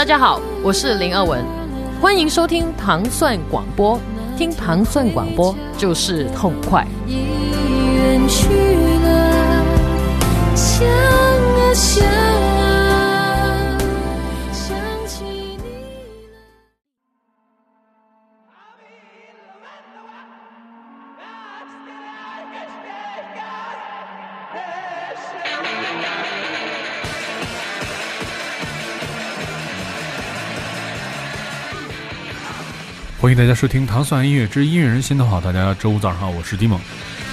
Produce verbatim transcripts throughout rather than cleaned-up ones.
家好，我是林二文，欢迎收听糖蒜广播，听糖蒜广播就是痛快。远去了，想啊想啊，想起你了。 欢迎大家收听糖蒜音乐之音乐人心头好。大家周五早上好，我是迪蒙。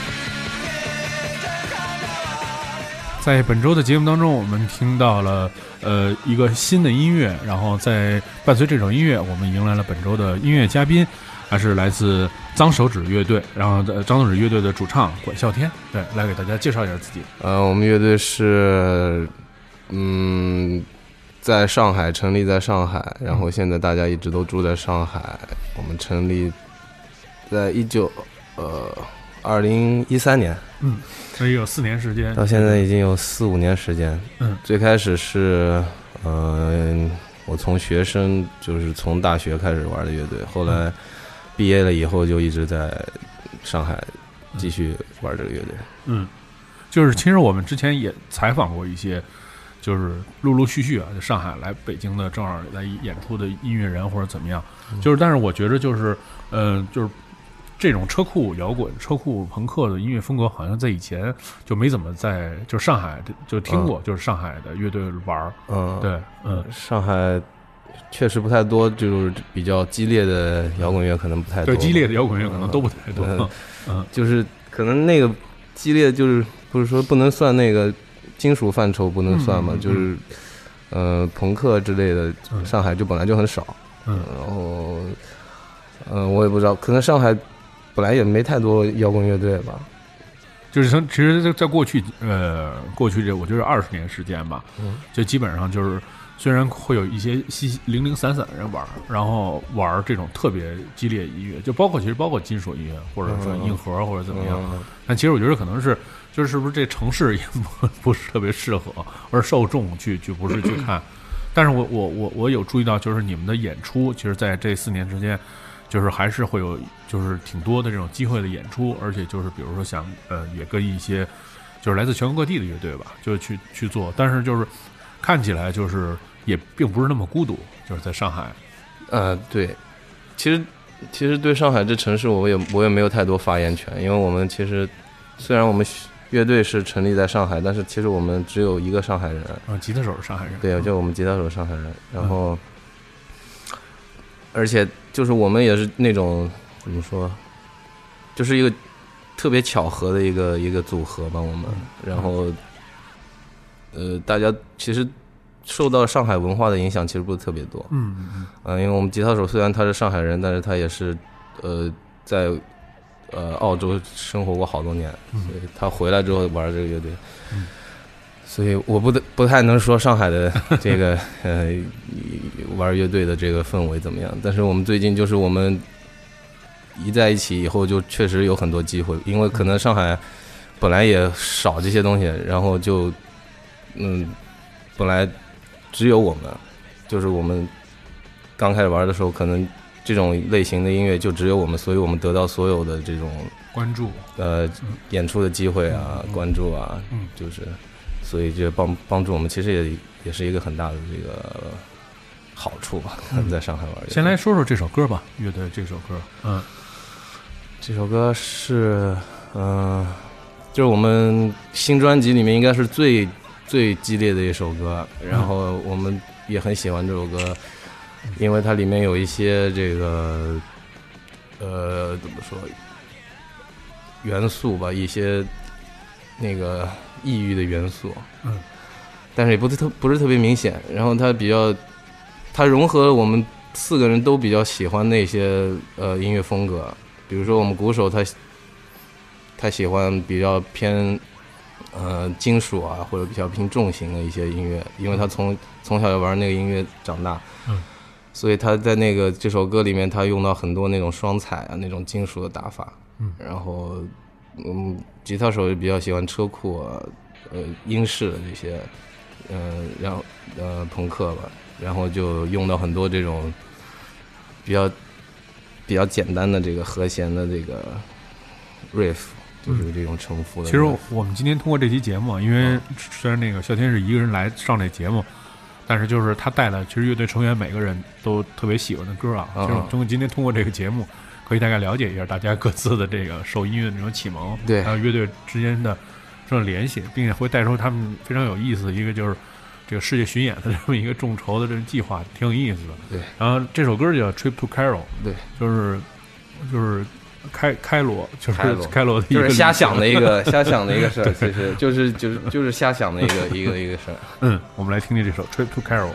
在本周的节目当中，我们听到了呃一个新的音乐，然后在伴随这首音乐，我们迎来了本周的音乐嘉宾，还是来自脏手指乐队，然后脏手指乐队的主唱管啸天，对，来给大家介绍一下自己。 呃，我们乐队是嗯。在上海成立，在上海，然后现在大家一直都住在上海。我们成立在一九呃二零一三年， 嗯，所以有四年时间， 到现在已经有四五年时间。 嗯， 最开始是呃我从学生就是从大学开始玩的乐队，后来毕业了以后就一直在上海继续玩这个乐队。 嗯，就是其实我们之前也采访过一些。就是陆陆续续啊，就上海来北京的正好来演出的音乐人或者怎么样，就是但是我觉得就是，嗯、呃，就是这种车库摇滚、车库朋克的音乐风格，好像在以前就没怎么在就上海就听过，嗯、就是上海的乐队玩，嗯，对，嗯， 上海确实不太多，就是比较激烈的摇滚乐可能不太多， 对，激烈的摇滚乐可能都不太多，嗯， 嗯就是可能那个激烈就是不是说不能算那个。金属范畴不能算嘛，嗯嗯嗯、就是，呃，朋克之类的，上海就本来就很少，嗯，然后，嗯、呃，我也不知道，可能上海本来也没太多摇滚乐队吧。 就是从其实，在过去，呃，过去这我觉得二十年时间吧，嗯，就基本上就是，虽然会有一些稀零零散散的人玩，然后玩这种特别激烈音乐，就包括其实包括金属音乐，或者说硬核或者怎么样，嗯、但其实我觉得可能是。就是是不是这城市也不不是特别适合，而受众去去不是去看，但是我我我我有注意到，就是你们的演出，其实在这四年之间，就是还是会有就是挺多的这种机会的演出，而且就是比如说想呃也跟一些就是来自全国各地的乐队吧，就去去做，但是就是看起来就是也并不是那么孤独，就是在上海， 呃对，其实其实对上海这城市我也我也没有太多发言权，因为我们其实虽然我们。乐队是成立在上海，但是其实我们只有一个上海人。 啊，吉他手是上海人。 对，就我们吉他手上海人。然后，嗯、而且就是我们也是那种怎么说，就是一个特别巧合的一个一个组合吧，我们。然后，呃，大家其实受到上海文化的影响其实不是特别多。嗯嗯嗯。呃，因为我们吉他手虽然他是上海人，但是他也是呃在。呃，澳洲生活过好多年，所以他回来之后玩这个乐队，嗯、所以我不得不太能说上海的这个呃玩乐队的这个氛围怎么样。但是我们最近就是我们一在一起以后，就确实有很多机会，因为可能上海本来也少这些东西，然后就嗯，本来只有我们，就是我们刚开始玩的时候可能。这种类型的音乐就只有我们，所以我们得到所有的这种关注， 呃，演出的机会啊，嗯、关注啊，嗯，就是，所以就帮帮助我们，其实也也是一个很大的这个好处吧，嗯、在上海玩。 先来说说这首歌吧，乐队这首歌，嗯， 这首歌是，嗯、呃，就是我们新专辑里面应该是最最激烈的一首歌，然后我们也很喜欢这首歌。因为它里面有一些这个，呃，怎么说，元素吧，一些那个异域的元素，嗯，但是也不是特不是特别明显。然后它比较，它融合了我们四个人都比较喜欢那些呃音乐风格，比如说我们鼓手他他喜欢比较偏呃金属啊，或者比较偏重型的一些音乐，因为他从从小要玩那个音乐长大，嗯。所以他在那个这首歌里面，他用到很多那种双踩啊，那种金属的打法。嗯，然后，嗯，吉他手也比较喜欢车库啊，呃，英式的这些嗯、呃，然后呃朋克吧，然后就用到很多这种比较比较简单的这个和弦的这个 riff， 就是这种重复的、 嗯。其实我们今天通过这期节目，因为虽然那个啸天是一个人来上这节目，但是就是他带了其实乐队成员每个人都特别喜欢的歌啊。 嗯、 就是通过今天通过这个节目，可以大概了解一下大家各自的这个受音乐的这种启蒙， 对， 还有乐队之间的这种联系，并且会带出他们非常有意思的一个就是这个世界巡演的这么一个众筹的这种计划，挺有意思的。 对， 然后这首歌叫 Trip to Cairo， 对， 就是就是开开罗，就是开罗的一个， 就是瞎想的一个瞎想的一个事儿，其实就是就是就是瞎想的一个一个一个事儿。 嗯，我们来听听这首 Trip to Cairo。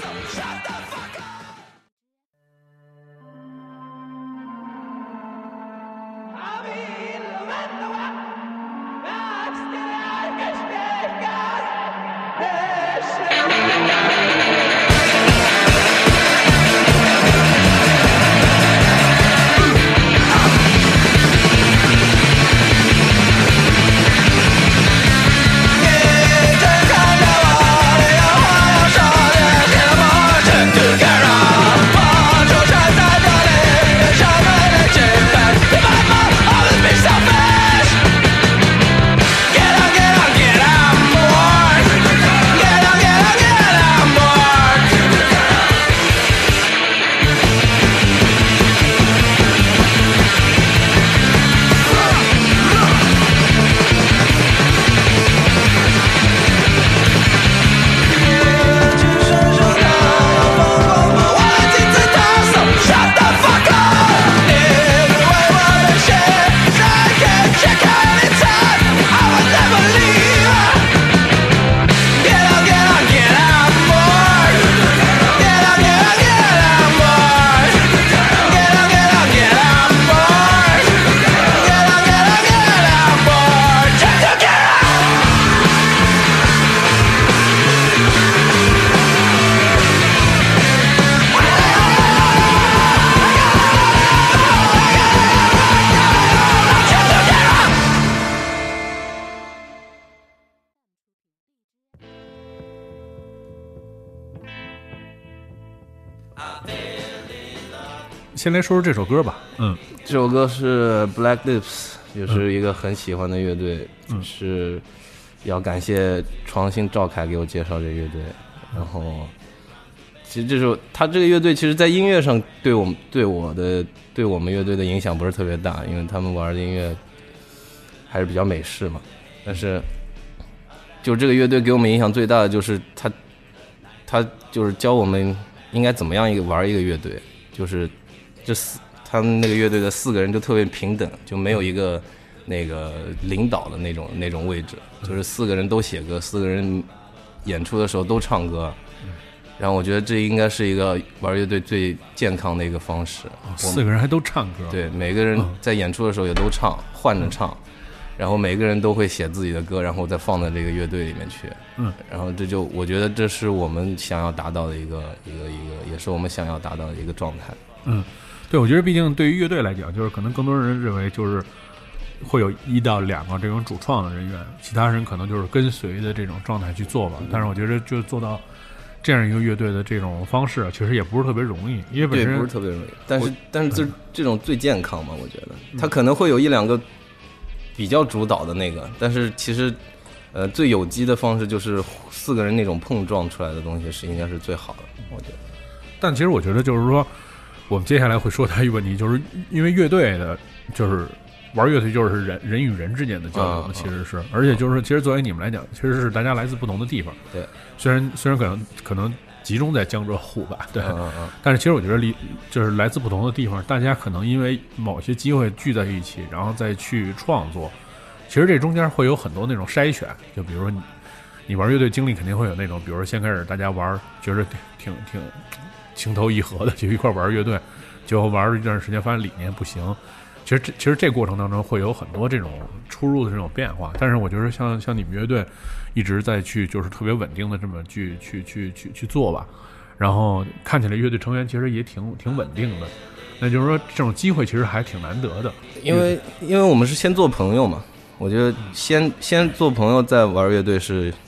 先来说说这首歌吧。嗯， 这首歌是 Black Lips， 也是一个很喜欢的乐队，嗯，是要感谢创新赵凯给我介绍这个乐队。然后，其实这首他这个乐队，其实在音乐上对我们对我的对我们乐队的影响不是特别大，因为他们玩的音乐还是比较美式嘛。但是，就这个乐队给我们影响最大的就是他，他就是教我们应该怎么样一个玩一个乐队，就是这四他们那个乐队的四个人就特别平等，就没有一个那个领导的那种那种位置，就是四个人都写歌，四个人演出的时候都唱歌。然后我觉得这应该是一个玩乐队最健康的一个方式。 哦、四个人还都唱歌， 对，每个人在演出的时候也都唱，换着唱。然后每个人都会写自己的歌，然后再放在这个乐队里面去。 嗯， 然后这就我觉得这是我们想要达到的一个一个一个，也是我们想要达到的一个状态。 嗯，对，我觉得毕竟对于乐队来讲，就是可能更多人认为就是会有一到两个这种主创的人员，其他人可能就是跟随的这种状态去做吧。但是我觉得就做到这样一个乐队的这种方式，其实也不是特别容易，因为本身对不是特别容易。但是但是这、嗯、这种最健康嘛，我觉得他可能会有一两个比较主导的那个，但是其实呃最有机的方式就是四个人那种碰撞出来的东西是应该是最好的，我觉得。 但其实我觉得就是说，我们接下来会说到一个问题，就是因为乐队的，就是玩乐队就是人人与人之间的交流嘛，其实是，而且就是其实作为你们来讲，其实是大家来自不同的地方， 对， 虽然虽然可能可能集中在江浙沪吧，对， 嗯嗯， 但是其实我觉得离就是来自不同的地方，大家可能因为某些机会聚在一起，然后再去创作，其实这中间会有很多那种筛选，就比如说你你玩乐队经历肯定会有那种，比如说先开始大家玩觉得挺挺情投意合的，就一块玩乐队，结果玩一段时间发现理念不行。其实这其实这过程当中会有很多这种出入的这种变化，但是我觉得像像你们乐队一直在去就是特别稳定的这么去去去去去做吧，然后看起来乐队成员其实也挺挺稳定的，那就是说这种机会其实还挺难得的， 因为因为我们是先做朋友嘛，我觉得先先做朋友再玩乐队是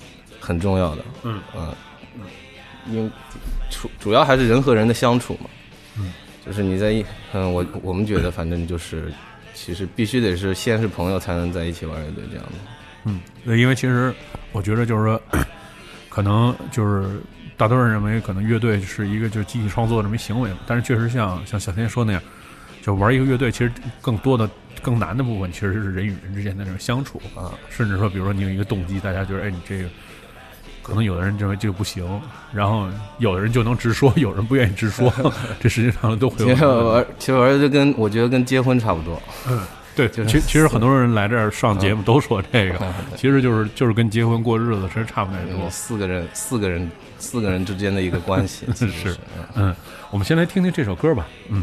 很重要的。 嗯嗯，因为主主要还是人和人的相处嘛。 嗯， 就是你在一嗯，我我们觉得反正就是，其实必须得是先是朋友才能在一起玩乐队这样的。 嗯，因为其实我觉得就是说，可能就是大多数人认为可能乐队是一个就是集体创作这么一行为，但是确实像像小天说那样，就玩一个乐队，其实更多的更难的部分其实是人与人之间的这种相处啊，甚至说比如说你有一个动机，大家觉得哎你这个。可能有的人认为这个不行，然后有的人就能直说，有人不愿意直说，这实际上都会有。 其实玩，其实玩就跟我觉得跟结婚差不多。 嗯，对，就是其其实很多人来这儿上节目都说这个，嗯、其实就是就是跟结婚过日子其实差不太多。 四个人，四个人，四个人之间的一个关系是， 是嗯，我们先来听听这首歌吧，嗯。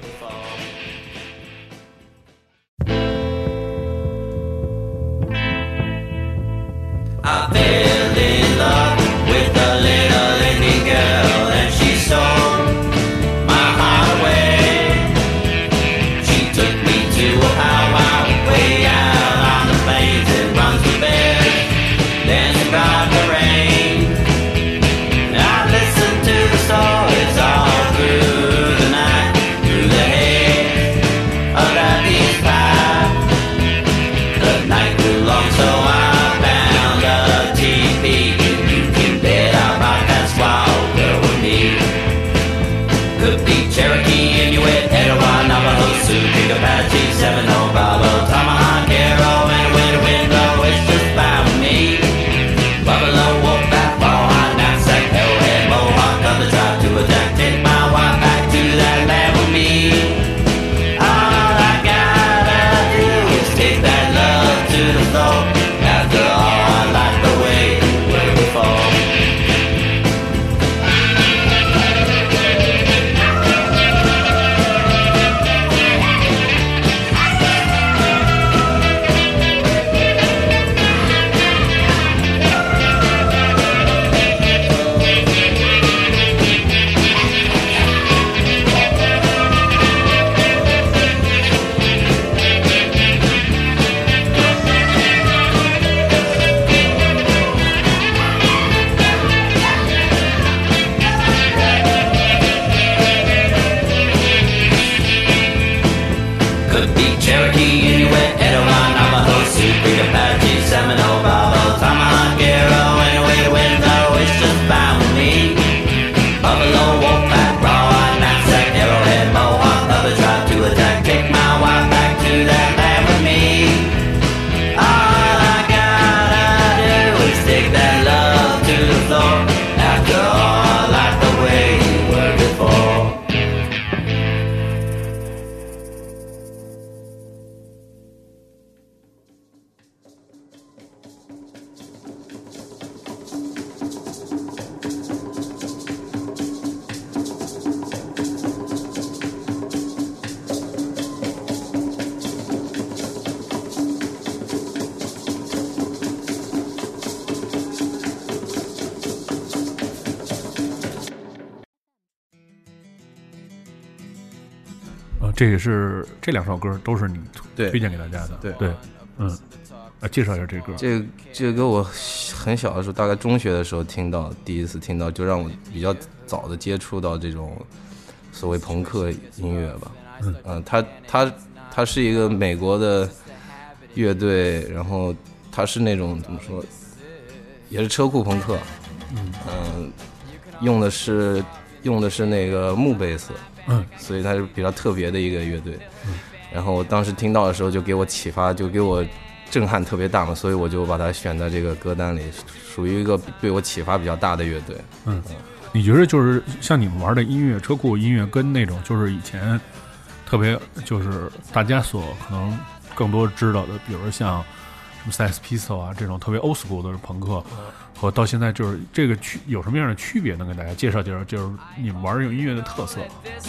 这也是这两首歌都是你推荐给大家的， 对对，嗯，啊，介绍一下这歌。 这个这个歌我很小的时候，大概中学的时候听到，第一次听到，就让我比较早的接触到这种所谓朋克音乐吧。嗯，呃、它它它是一个美国的乐队，然后它是那种怎么说，也是车库朋克，嗯、呃，用的是用的是那个木贝斯。嗯，所以它是比较特别的一个乐队，嗯，然后我当时听到的时候就给我启发，就给我震撼特别大嘛，所以我就把它选在这个歌单里，属于一个对我启发比较大的乐队。 嗯，你觉得就是像你们玩的音乐，车库音乐跟那种就是以前特别就是大家所可能更多知道的，比如说像什么 Sex Pistols 啊这种特别 old school 的朋克。和到现在就是这个区有什么样的区别？能给大家介绍介绍，就是你们玩这种音乐的特色。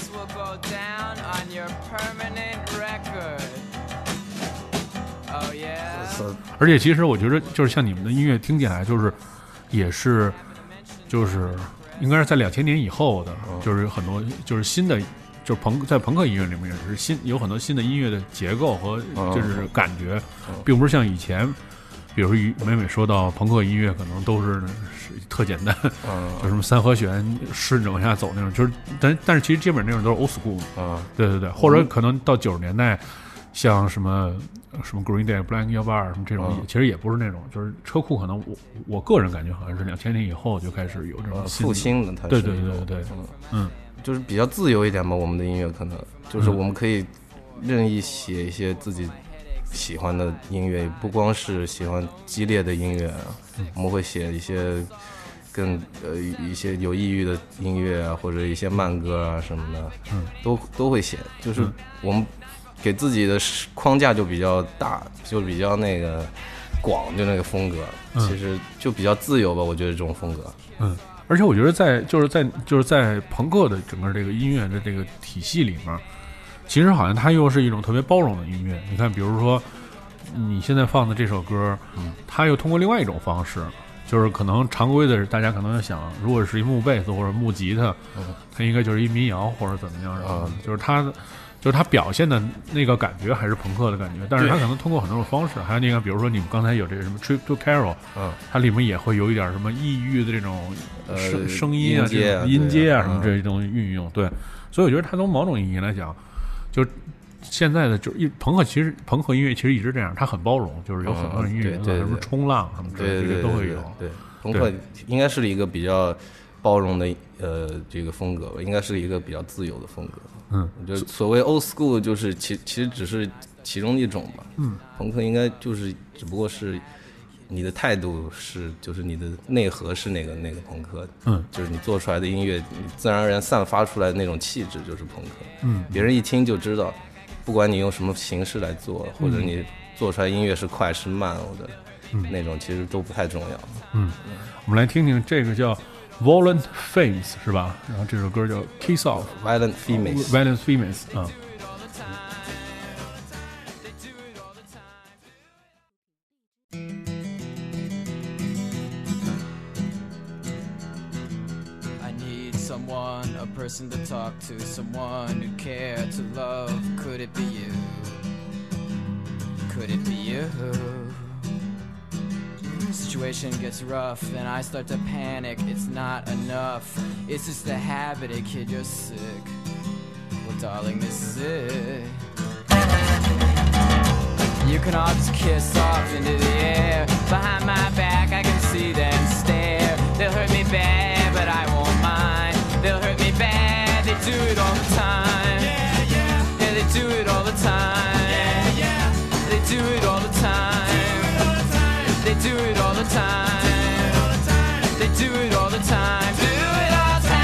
而且其实我觉得，就是像你们的音乐听起来，就是也是就是应该是在两千年以后的，就是很多就是新的，就是朋在朋克音乐里面也是新有很多新的音乐的结构和就是感觉，并不是像以前。 比如每每说到朋克音乐，可能都是是特简单，嗯，就什么三和弦顺着往下走那种，就是但但是其实基本上那种都是 old school，嗯，对对对，或者可能到九十年代，像什么什么 Green Day、Blink 一八二什么这种，嗯、其实也不是那种，就是车库可能我我个人感觉好像是两千年以后就开始有这种复兴的，它对对对对对，嗯嗯， 就是比较自由一点吧，我们的音乐可能就是我们可以任意写一些自己喜欢的音乐，不光是喜欢激烈的音乐啊，嗯、我们会写一些更呃一些有抑郁的音乐啊，或者一些慢歌啊什么的，嗯，都都会写。就是我们给自己的框架就比较大，就比较那个广，就那个风格，嗯、其实就比较自由吧。我觉得这种风格， 嗯，而且我觉得在就是在就是在朋克的整个这个音乐的这个体系里面。其实好像它又是一种特别包容的音乐。你看，比如说你现在放的这首歌，嗯，它又通过另外一种方式，就是可能常规的大家可能想，如果是一木贝斯或者木吉他，嗯，它应该就是一民谣或者怎么样，嗯，就是它就是它表现的那个感觉还是朋克的感觉，但是它可能通过很多种方式。还有那个，比如说你们刚才有这个什么 Trip to Carol， 嗯，它里面也会有一点什么抑郁的这种声、呃、声音啊、 音阶啊、 音阶啊什么这种运用，对。所以我觉得它从某种意义来讲。就现在的就是朋克，其实朋克音乐其实一直这样，它很包容，就是有很多音乐，什么冲浪什么之类的，这个都会有。 对，朋克应该是一个比较包容的呃这个风格，应该是一个比较自由的风格。嗯，我觉得所谓 old school 就是其其实只是其中一种吧。嗯，朋克应该就是只不过是你的态度是，就是你的内核是那个那个朋克，嗯，就是你做出来的音乐，你自然而然散发出来的那种气质就是朋克，嗯，别人一听就知道，不管你用什么形式来做，或者你做出来音乐是快是慢，或者那种其实都不太重要。 嗯，我们来听听这个叫 Violent Femmes 是吧？然后这首歌叫 Kiss Off Violent Femmes Violent Femmes 啊。 Person to talk to, someone who care to love. Could it be you? Could it be you? Situation gets rough and I start to panic. It's not enough. It's just a habit, a kid, you're sick. Well, darling, this is it. You can all just kiss off into the air. Behind my back, I can see them stare. They'll hurt me bad, but I won't mind. They'll hurt me bad, they do it all the time. Yeah, yeah. Yeah, they do it all the time. Yeah, yeah. They do it all the time. They do it all the time. They do it all the time. Do it all the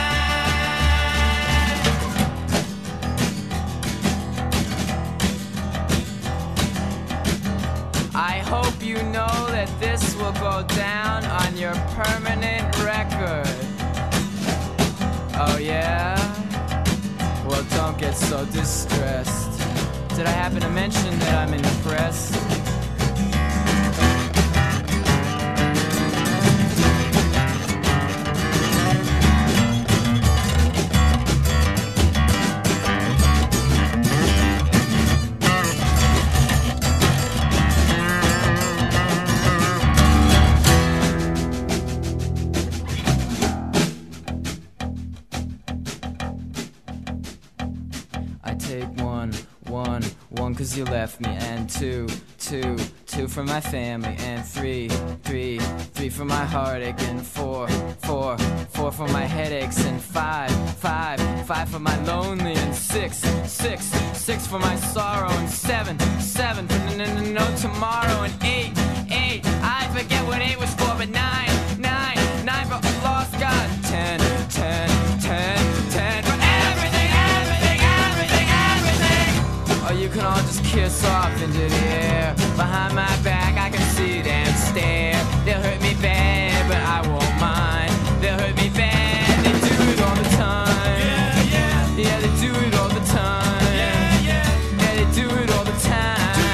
time. I hope you know that this will go down on your permanent record. Oh yeah? Well, don't get so distressed. Did I happen to mention that I'm in the press? Cause you left me, and two, two, two for my family, and three, three, three for my heartache, and four, four, four for my headaches, and five, five, five for my lonely, and six, six, six for my sorrow, and seven, seven for no, no, no tomorrow, and eight, eight, I forget what eight was for, but nine, nine, nine for a lost God, ten, ten, ten, ten for everything, everything, everything, everything. Or you can all just kiss off into the air. Behind my back I can see them stare. They'll hurt me bad, but I won't mind. They'll hurt me bad, they do it all the time. Yeah, yeah. Yeah, they do it all the time. Yeah, yeah. Yeah, they do it all the time.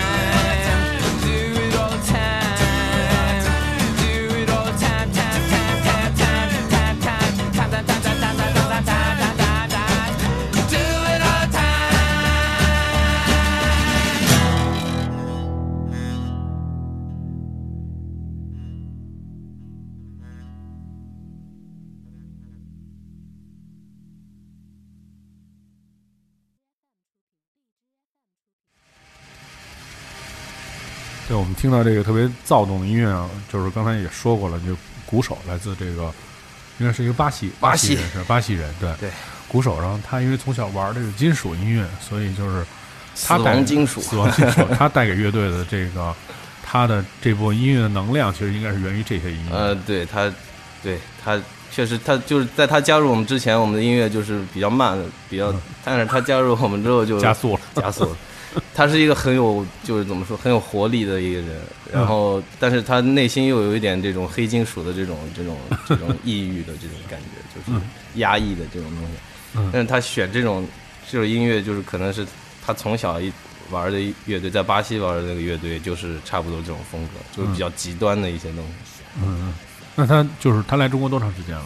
Do it all the time. Do it all the time. Time, time, time, time, time, time, time, time, time, time, time, time, time, time, time. Do it all the time. 对，我们听到这个特别躁动的音乐啊，就是刚才也说过了，就鼓手来自这个应该是一个巴西巴西人，是巴西人，对对， 鼓手，然后他因为从小玩这个金属音乐，所以就是他死带亡金属， 死亡金属，他带给乐队的这个他的这部音乐的能量，其实应该是源于这些音乐。 呃，对他，对他确实，他就是在他加入我们之前，我们的音乐就是比较慢的，比较，但是他加入我们之后就加速了， 加速了。他是一个很有，就是怎么说，很有活力的一个人，然后，但是他内心又有一点这种黑金属的这种这种这种抑郁的这种感觉，就是压抑的这种东西。 嗯， 但是他选这种这种音乐，就是可能是他从小一玩的乐队，在巴西玩的那个乐队，就是差不多这种风格，就是比较极端的一些东西。 嗯嗯，那他就是他来中国多长时间了？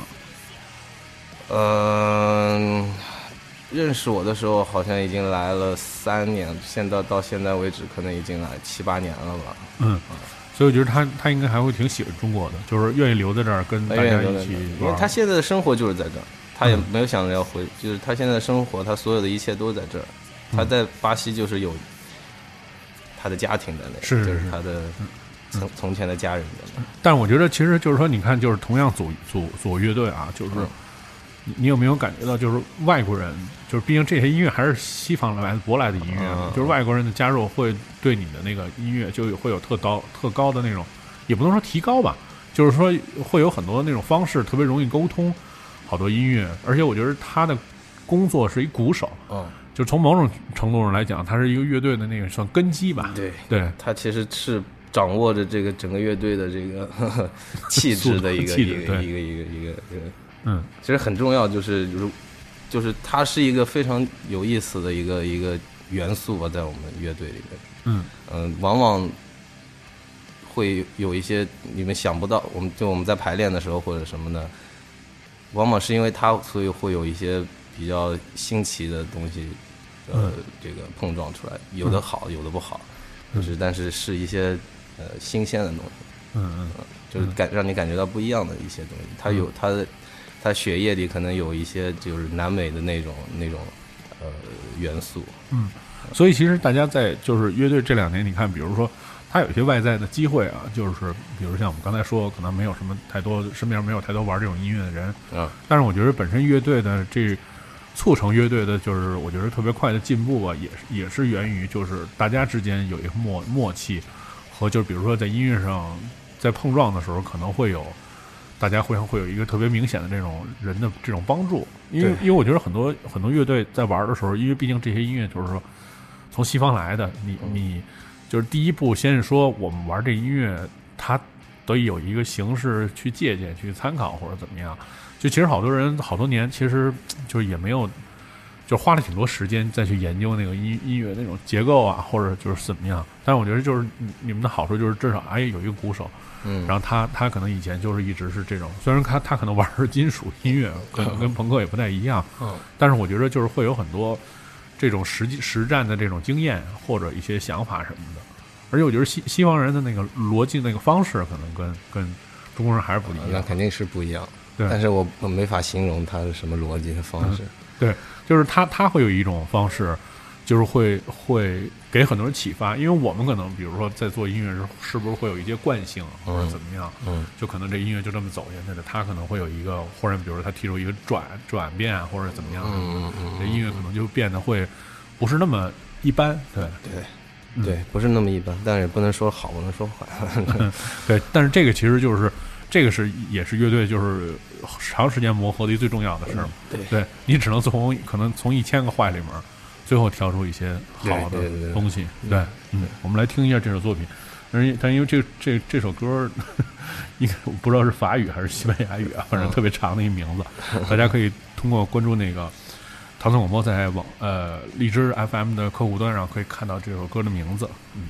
嗯、呃，认识我的时候好像已经来了三年，现在到现在为止可能已经来七八年了吧。 嗯，所以我觉得他他应该还会挺喜欢中国的，就是愿意留在这儿跟大家一起玩。 因为他现在的生活就是在这儿，他也没有想着要回，就是他现在的生活，他所有的一切都在这儿。他在巴西就是有他的家庭在那， 是就是他的从从前的家人在那。 但是我觉得其实就是说，你看，就是同样组组组乐队啊，就是。嗯，你有没有感觉到，就是外国人，就是毕竟这些音乐还是西方来舶来的音乐，嗯、就是外国人的加入会对你的那个音乐就会有特高特高的那种，也不能说提高吧，就是说会有很多那种方式特别容易沟通好多音乐，而且我觉得他的工作是一鼓手，嗯，就从某种程度上来讲，他是一个乐队的那个算根基吧， 对对， 他其实是掌握着这个整个乐队的这个呵呵气质的一个一个一个一个一个一个。 嗯， 其实很重要，就是如，就是它是一个非常有意思的一个一个元素吧，在我们乐队里面。 嗯嗯、呃，往往会有一些你们想不到，我们就我们在排练的时候或者什么的，往往是因为它，所以会有一些比较新奇的东西，呃， 嗯、 这个碰撞出来，有的好，有的不好，就是、嗯、但是是一些呃新鲜的东西。 嗯嗯， 就是感让你感觉到不一样的一些东西，它有它的。它血液里可能有一些就是南美的那种那种呃元素， 嗯，所以其实大家在就是乐队这两年，你看，比如说他有一些外在的机会啊，就是比如像我们刚才说，可能没有什么太多身边没有太多玩这种音乐的人， 嗯， 但是我觉得本身乐队的这促成乐队的，就是我觉得特别快的进步啊，也是也是源于就是大家之间有一个默默契和就是比如说在音乐上在碰撞的时候可能会有。大家会会有一个特别明显的这种人的这种帮助，因为因为我觉得很多很多乐队在玩的时候，因为毕竟这些音乐就是说从西方来的，你你就是第一步先是说我们玩这音乐，它得以有一个形式去借鉴、去参考或者怎么样。就其实好多人好多年，其实就是也没有，就花了挺多时间再去研究那个音音乐那种结构啊，或者就是怎么样。但是我觉得就是你们的好处就是至少哎有一个鼓手。嗯，然后他他可能以前就是一直是这种，虽然他他可能玩的是金属音乐，可能跟朋克也不太一样，嗯，但是我觉得就是会有很多这种实际实战的这种经验或者一些想法什么的，而且我觉得西西方人的那个逻辑那个方式可能跟跟中国人还是不一样， 那肯定是不一样， 对， 但是我我没法形容他是什么逻辑和方式，嗯、 对，就是他他会有一种方式。就是会会给很多人启发，因为我们可能比如说在做音乐时，是不是会有一些惯性或者怎么样，嗯，就可能这音乐就这么走下去的，他可能会有一个，或者比如说他提出一个转转变或者怎么样， 嗯嗯， 这音乐可能就变得会不是那么一般，对对、嗯、对，不是那么一般，但是也不能说好，不能说坏， 对，但是这个其实就是这个是也是乐队就是长时间磨合的一最重要的事儿， 对， 对你只能从可能从一千个坏里面。最后挑出一些好的东西，对， 对， 对， 对，嗯，我们来听一下这首作品。但但因为这这这首歌，应该我不知道是法语还是西班牙语啊，反正特别长的一名字，大家可以通过关注那个唐宋广播在网呃荔枝 F M 的客户端上可以看到这首歌的名字，嗯。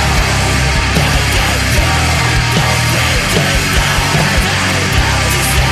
Just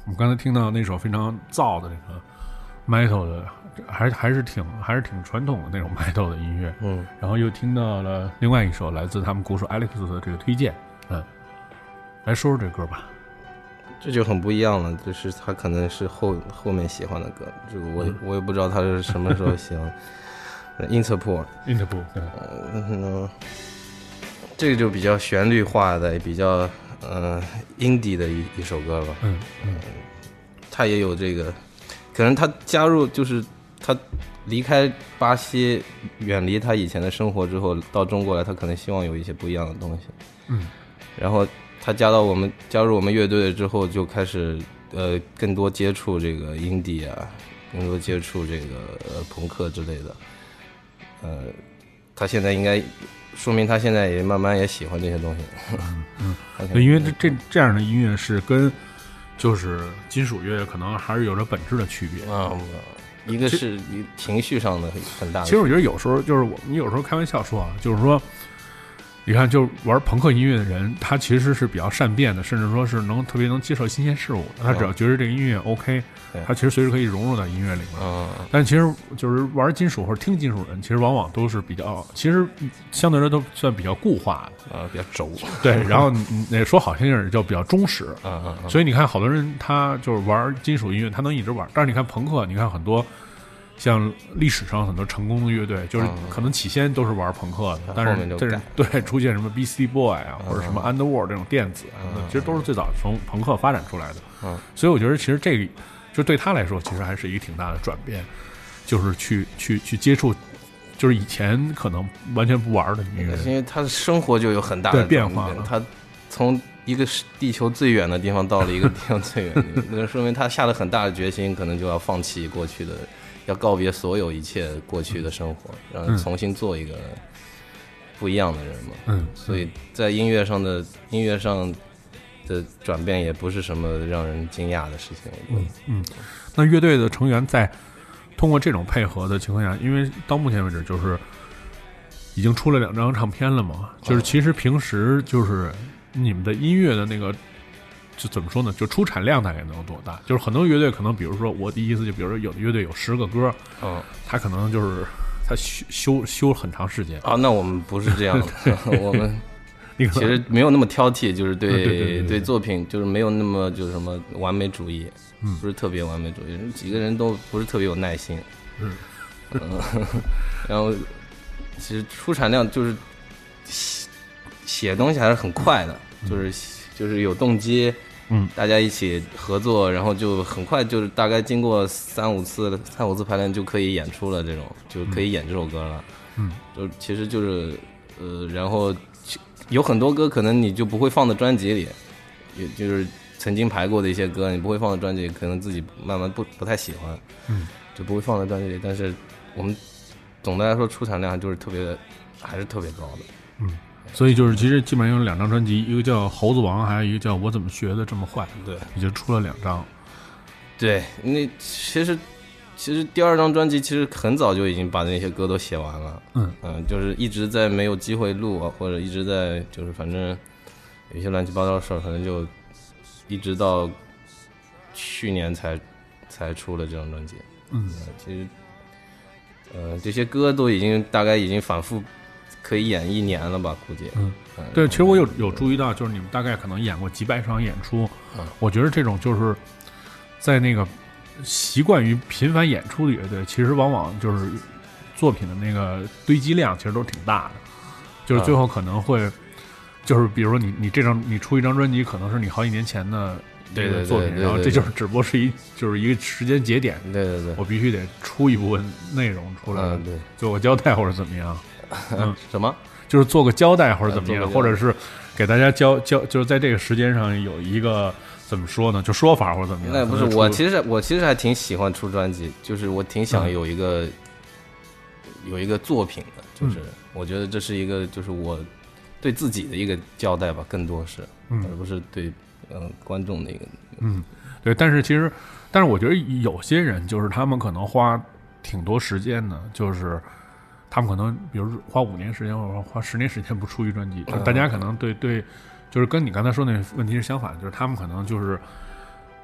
我们刚才听到那首非常燥的这个 metal 的，还还是挺还是挺传统的那种 metal 的音乐。 嗯， 然后又听到了另外一首来自他们鼓手 Alex 的这个推荐。嗯，来说说这歌吧。 这就很不一样了，就是他可能是后后面喜欢的歌，这个我、嗯、我也不知道他是什么时候喜欢。Interpol Interpol 对， 嗯，这个就比较旋律化的，比较嗯、呃、indie 的一一首歌吧。 嗯嗯， 他也有这个，可能他加入就是他离开巴西，远离他以前的生活之后，到中国来，他可能希望有一些不一样的东西。 嗯， 然后他加到我们加入我们乐队之后，就开始呃更多接触这个 indie 啊，更多接触这个呃朋克之类的。呃，他现在应该说明他现在也慢慢也喜欢这些东西。 嗯嗯，因为这这这样的音乐是跟就是金属乐可能还是有着本质的区别啊。一个是情绪上的很大的。 其实我觉得有时候就是我们有时候开玩笑说啊，就是说，你看，就是玩朋克音乐的人，他其实是比较善变的，甚至说是能特别能接受新鲜事物。他只要觉得这个音乐 OK，、嗯、他其实随时可以融入到音乐里面。嗯，但其实就是玩金属或者听金属的人，其实往往都是比较，其实相对来说都算比较固化的， 啊，比较轴。 对，然后那说好听点叫比较忠实。 嗯嗯。 所以你看，好多人他就是玩金属音乐，他能一直玩。但是你看朋克，你看很多。像历史上很多成功的乐队，就是可能起先都是玩朋克的，嗯、但是这是对出现什么 Beastie Boy 啊，嗯、或者什么 Underworld 这种电子啊，嗯、其实都是最早从朋克发展出来的。嗯，所以我觉得其实这个就对他来说，其实还是一个挺大的转变，就是去去去接触，就是以前可能完全不玩的音乐， 因为他的生活就有很大的变化了。 他从一个地球最远的地方到了一个地方最远的地方，那说明他下了很大的决心，可能就要放弃过去的。要告别所有一切过去的生活，然后重新做一个不一样的人嘛。 嗯， 所以在音乐上的音乐上的转变也不是什么让人惊讶的事情。 嗯嗯，那乐队的成员在通过这种配合的情况下，因为到目前为止就是已经出了两张唱片了嘛，就是其实平时就是你们的音乐的那个。就怎么说呢？就出产量大概能有多大？就是很多乐队可能，比如说我的意思，就比如说有的乐队有十个歌， 嗯， 他可能就是他修修修很长时间啊。那我们不是这样的，我们其实没有那么挑剔，就是对、嗯、对, 对, 对, 对, 对作品就是没有那么就是什么完美主义， 嗯， 不是特别完美主义，几个人都不是特别有耐心， 嗯， 嗯然后其实出产量就是写写东西还是很快的，就是就是有动机。 嗯， 大家一起合作，然后就很快就是大概经过三五次三五次排练就可以演出了，这种就可以演这首歌了。 嗯， 就其实就是呃，然后有很多歌可能你就不会放在专辑里，也就是曾经排过的一些歌，你不会放在专辑里，可能自己慢慢不不太喜欢， 嗯， 就不会放在专辑里。但是我们总的来说出产量就是特别，还是特别高的。 嗯。所以就是其实基本上有两张专辑，一个叫《猴子王》，还有一个叫《我怎么学的这么坏》。 对， 已经出了两张。 对，那其实其实第二张专辑其实很早就已经把那些歌都写完了。 嗯嗯，就是一直在没有机会录啊，或者一直在就是反正有一些乱七八糟的事儿，可能就一直到去年才才出了这张专辑。 嗯， 其实呃这些歌都已经大概已经反复。可以演一年了吧，估计。 嗯，对，其实我有有注意到，就是你们大概可能演过几百场演出。 嗯， 我觉得这种就是在那个习惯于频繁演出的乐队，其实往往就是作品的那个堆积量其实都挺大的，就是最后可能会，嗯、就是比如说你你这张你出一张专辑，可能是你好几年前的这个作品，然后这就是只不过是一就是一个时间节点。 对对对， 我必须得出一部分内容出来， 嗯、对， 做个交代或者怎么样。 嗯，什么？ 就是做个交代或者怎么样，或者是给大家交交，就是在这个时间上有一个怎么说呢？就说法或者怎么样？ 那不是我，其实我其实还挺喜欢出专辑，就是我挺想有一个、嗯、有一个作品的，就是我觉得这是一个就是我对自己的一个交代吧，更多是， 嗯、 而不是对嗯、呃、观众的一个。 嗯，对。但是其实，但是我觉得有些人就是他们可能花挺多时间的，就是。他们可能，比如花五年时间，或者花十年时间不出一专辑，就大家可能对对，就是跟你刚才说那问题是相反，就是他们可能就是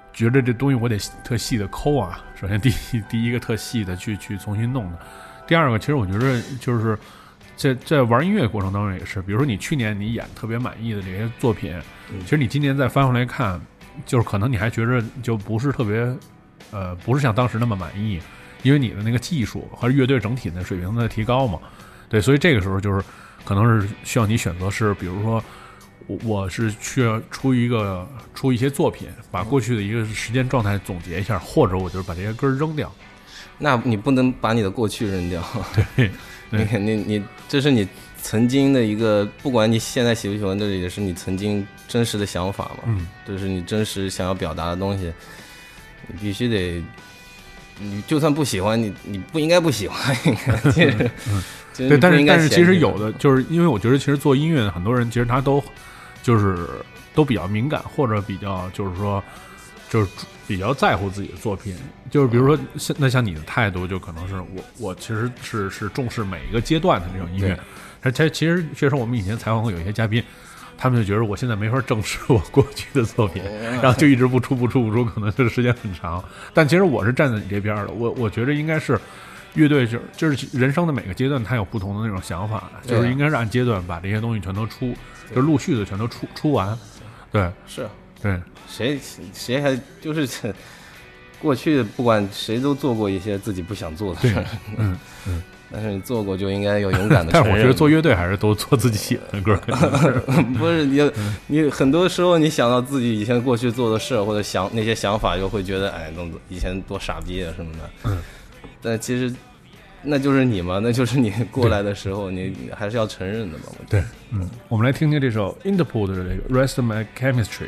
觉得这东西我得特细的抠啊。首先第一第一个特细的去去重新弄的，第二个其实我觉得就是在在玩音乐过程当中也是，比如说你去年你演特别满意的这些作品， 嗯、 其实你今年再翻回来看，就是可能你还觉着就不是特别呃不是像当时那么满意，因为你的那个技术和乐队整体的水平在提高嘛。对，所以这个时候就是可能是需要你选择是，比如说我我是需要出一个出一些作品，把过去的一个时间状态总结一下，或者我就是把这些歌扔掉。 那你不能把你的过去扔掉。 对， 你你你，这是你曾经的一个，不管你现在喜不喜欢，这也是你曾经真实的想法嘛。 嗯， 这是你真实想要表达的东西，你必须得，你就算不喜欢，你你不应该不喜欢，应该。嗯嗯对，但是但是其实有的就是因为我觉得其实做音乐的很多人其实他都就是都比较敏感，或者比较就是说就是比较在乎自己的作品，就是比如说像那像你的态度就可能是我我其实是是重视每一个阶段的这种音乐。他其实确实我们以前采访过有一些嘉宾，他们就觉得我现在没法正视我过去的作品，然后就一直不出不出不出，可能就是时间很长。但其实我是站在你这边的，我我觉得应该是。乐队就就是人生的每个阶段，它有不同的那种想法，就是应该是按阶段把这些东西全都出，就陆续的全都出出完。对， 是， 对， 谁谁还就是过去不管谁都做过一些自己不想做的事， 嗯嗯， 但是你做过就应该有勇敢的承认。 但是我觉得做乐队还是都做自己喜欢的歌。 不是你，你很多时候你想到自己以前过去做的事或者想那些想法，又会觉得哎，以前多傻逼啊什么的。 嗯。 但其实那就是你嘛，那就是你过来的时候，你还是要承认的嘛。 对，嗯，我们来听听这首 Interpol 的这个 Rest of My Chemistry。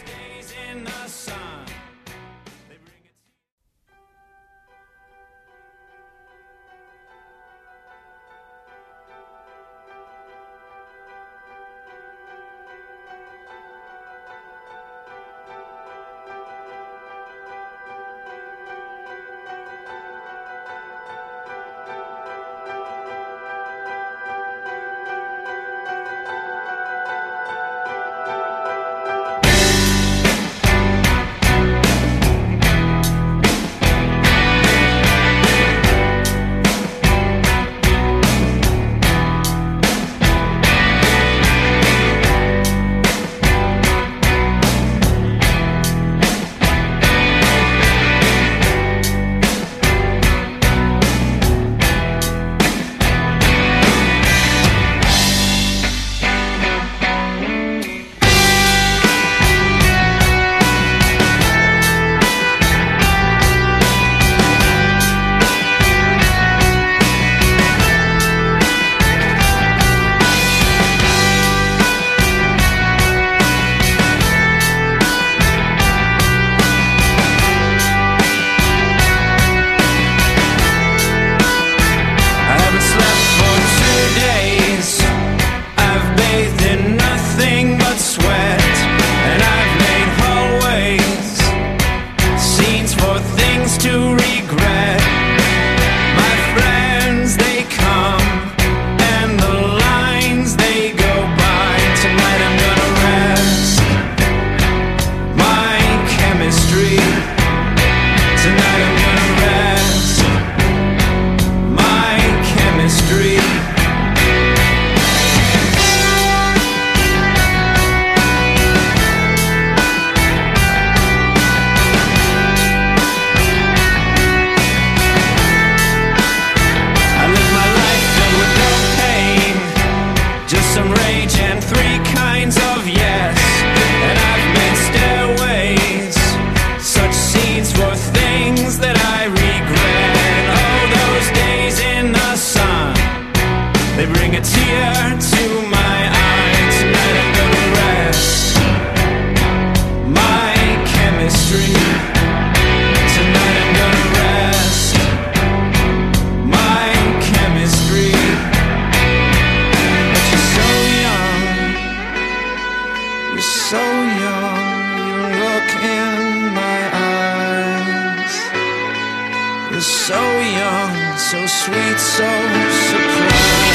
So young, so sweet, so surprised.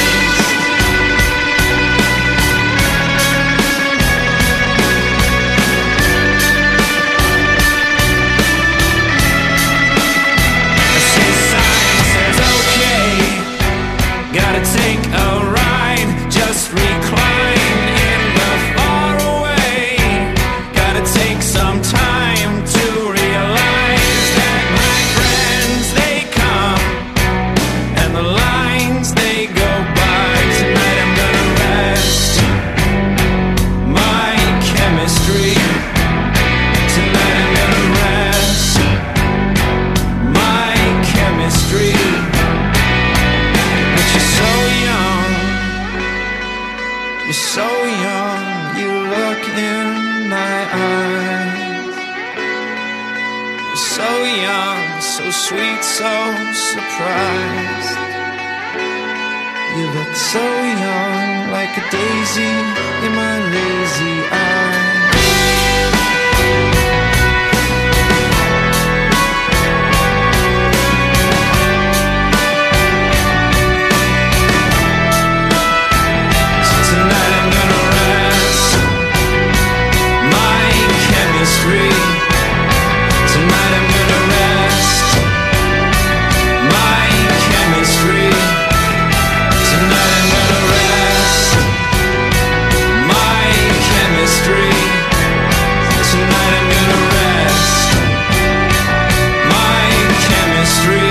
so young, so sweet, so surprised. You look so young, like a daisy in my lazy eye. So tonight I'm gonna rest my chemistry. Tonight I'm gonna rest my chemistry. Tonight I'm gonna rest my chemistry. Tonight I'm gonna rest my chemistry.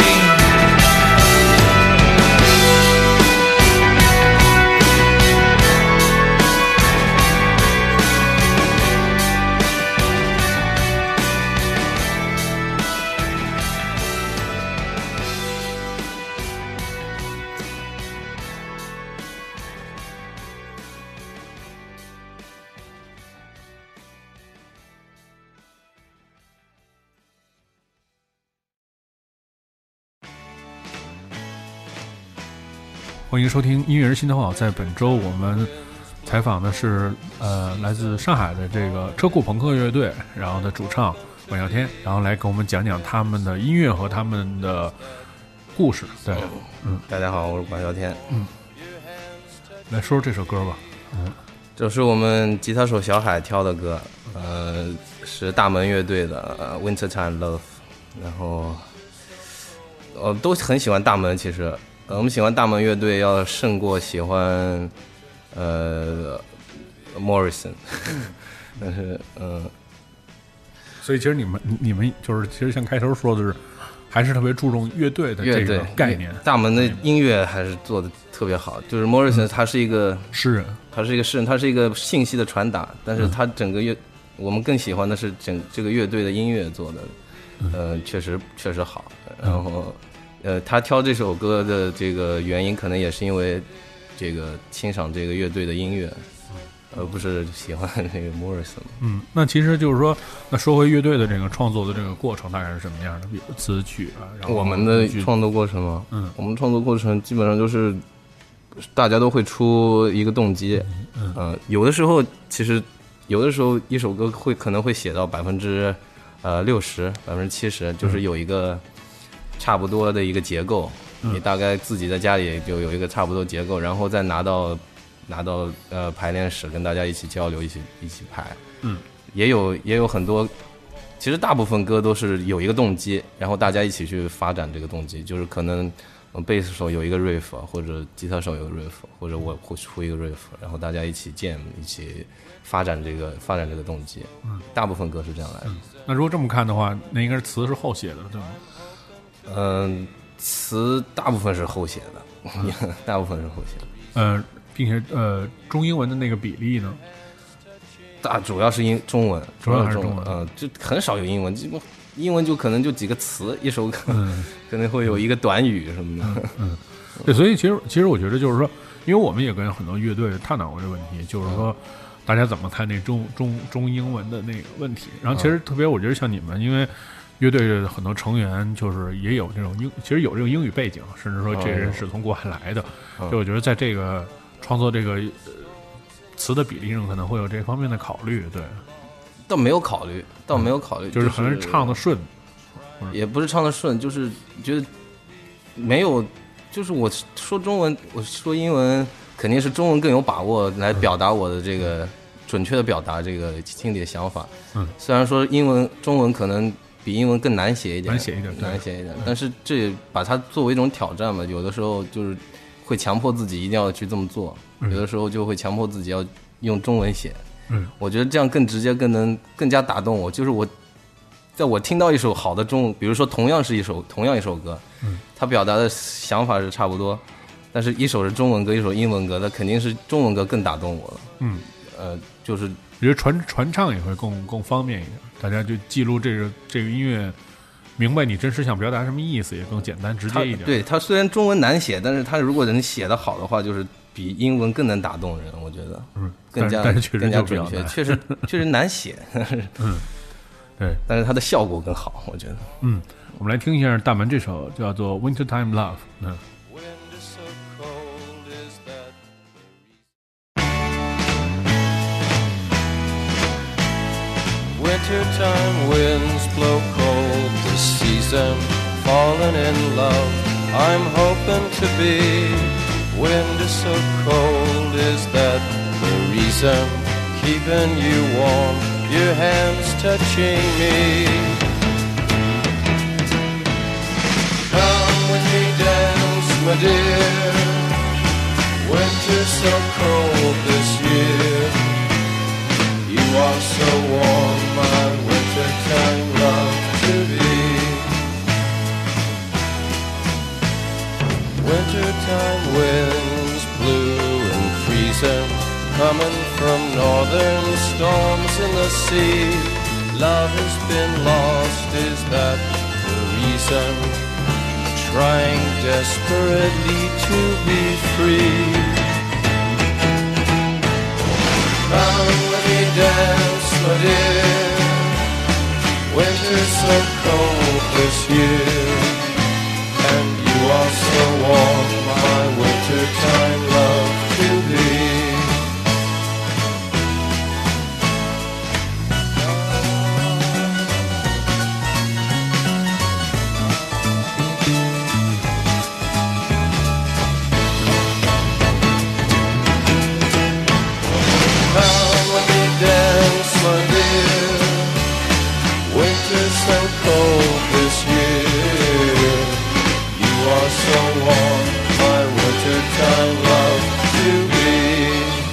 欢迎收听音乐人心头好。在本周我们采访的是呃来自上海的这个车库朋克乐队，然后的主唱管啸天，然后来给我们讲讲他们的音乐和他们的故事。对，嗯， 大家好，我是管啸天。 嗯，来说说这首歌吧。嗯， 这是我们吉他手小海挑的歌，呃，是大门乐队的、呃、Wintertime Love， 然后我、呃、都很喜欢大门，其实。呃，我们喜欢大门乐队要胜过喜欢呃 Morrison， 但是嗯、呃， 所以其实你们你们就是其实像开头说的是，还是特别注重乐队的这个概念。 大门的音乐还是做的特别好，就是 Morrison 他是一个诗人， 他是一个诗人，他是一个信息的传达，但是他整个乐、嗯、我们更喜欢的是整这个乐队的音乐做的，呃，确实确实好，然后。呃，他挑这首歌的这个原因，可能也是因为这个欣赏这个乐队的音乐，而不是喜欢这个 Morrison。 嗯，那其实就是说，那说回乐队的这个创作的这个过程大概是什么样的？比如词曲啊，然后我们的创作过程吗？嗯，我们创作过程基本上就是大家都会出一个动机，嗯，呃、有的时候其实有的时候一首歌会可能会写到百分之呃六十、百分之七十，就是有一个。差不多的一个结构，你大概自己在家里就有一个差不多结构，然后再拿到拿到呃排练室跟大家一起交流，一起一起排。嗯，也有也有很多，其实大部分歌都是有一个动机，然后大家一起去发展这个动机，就是可能贝斯手有一个 riff， 或者吉他手有个 riff， 或者我会出一个 riff， 然后大家一起 jam， 一起发展这个发展这个动机。嗯，大部分歌是这样来的。嗯、 那如果这么看的话，那应该是词是后写的，对吗？ 嗯，词大部分是后写的，嗯、大部分是后写的。 呃，并且呃，中英文的那个比例呢？ 大主要是英中文， 主要还是中文， 呃，就很少有英文，基本英文就可能就几个词，一首歌、嗯、可能会有一个短语什么的。 嗯，嗯对，所以其实其实我觉得就是说，因为我们也跟很多乐队探讨过这个问题，就是说。大家怎么看那中中中英文的那个问题？然后其实特别，我觉得像你们，因为乐队的很多成员就是也有这种英，其实有这种英语背景，甚至说这人是从国外来的。所以我觉得在这个创作这个、呃、词的比例上，可能会有这方面的考虑。对， 倒没有考虑，倒没有考虑， 嗯、就是可能唱的顺， 也不是唱的顺，就是觉得没有，就是我说中文，我说英文。肯定是中文更有把握来表达我的这个、嗯、准确的表达这个心里的想法。嗯，虽然说英文中文可能比英文更难写一点， 难写一点， 难写一点，但是这把它作为一种挑战嘛，有的时候就是会强迫自己一定要去这么做，嗯、有的时候就会强迫自己要用中文写。嗯，我觉得这样更直接，更能更加打动我。就是我在我听到一首好的中文，比如说同样是一首同样一首歌，嗯，它表达的想法是差不多。但是一首是中文歌，一首英文歌，那肯定是中文歌更打动我了。嗯，呃，就是我觉得传传唱也会更更方便一点，大家就记录这个这个音乐，明白你真实想表达什么意思，也更简单直接一点。 对，它虽然中文难写，但是它如果能写得好的话，就是比英文更能打动人。我觉得，嗯，更加但是确实更加准确，确实确实难写。 嗯， 对， 但是它的效果更好，我觉得。 嗯，我们来听一下大门这首叫做《Wintertime Love》。嗯。 Wintertime winds blow cold this season, falling in love I'm hoping to be. Wind is so cold, is that the reason? Keeping you warm, your hands touching me. Come with me, dance, my dear. Winter's so cold this year. You are so warm, my wintertime love to be. Wintertime winds blue and freezing, coming from northern storms in the sea. Love has been lost, is that the reason? Trying desperately to be free. Come let me dance, my dear. Winter's so cold this year, and you are so warm, my wintertime love to be. So cold this year, you are so warm, my wintertime love to be.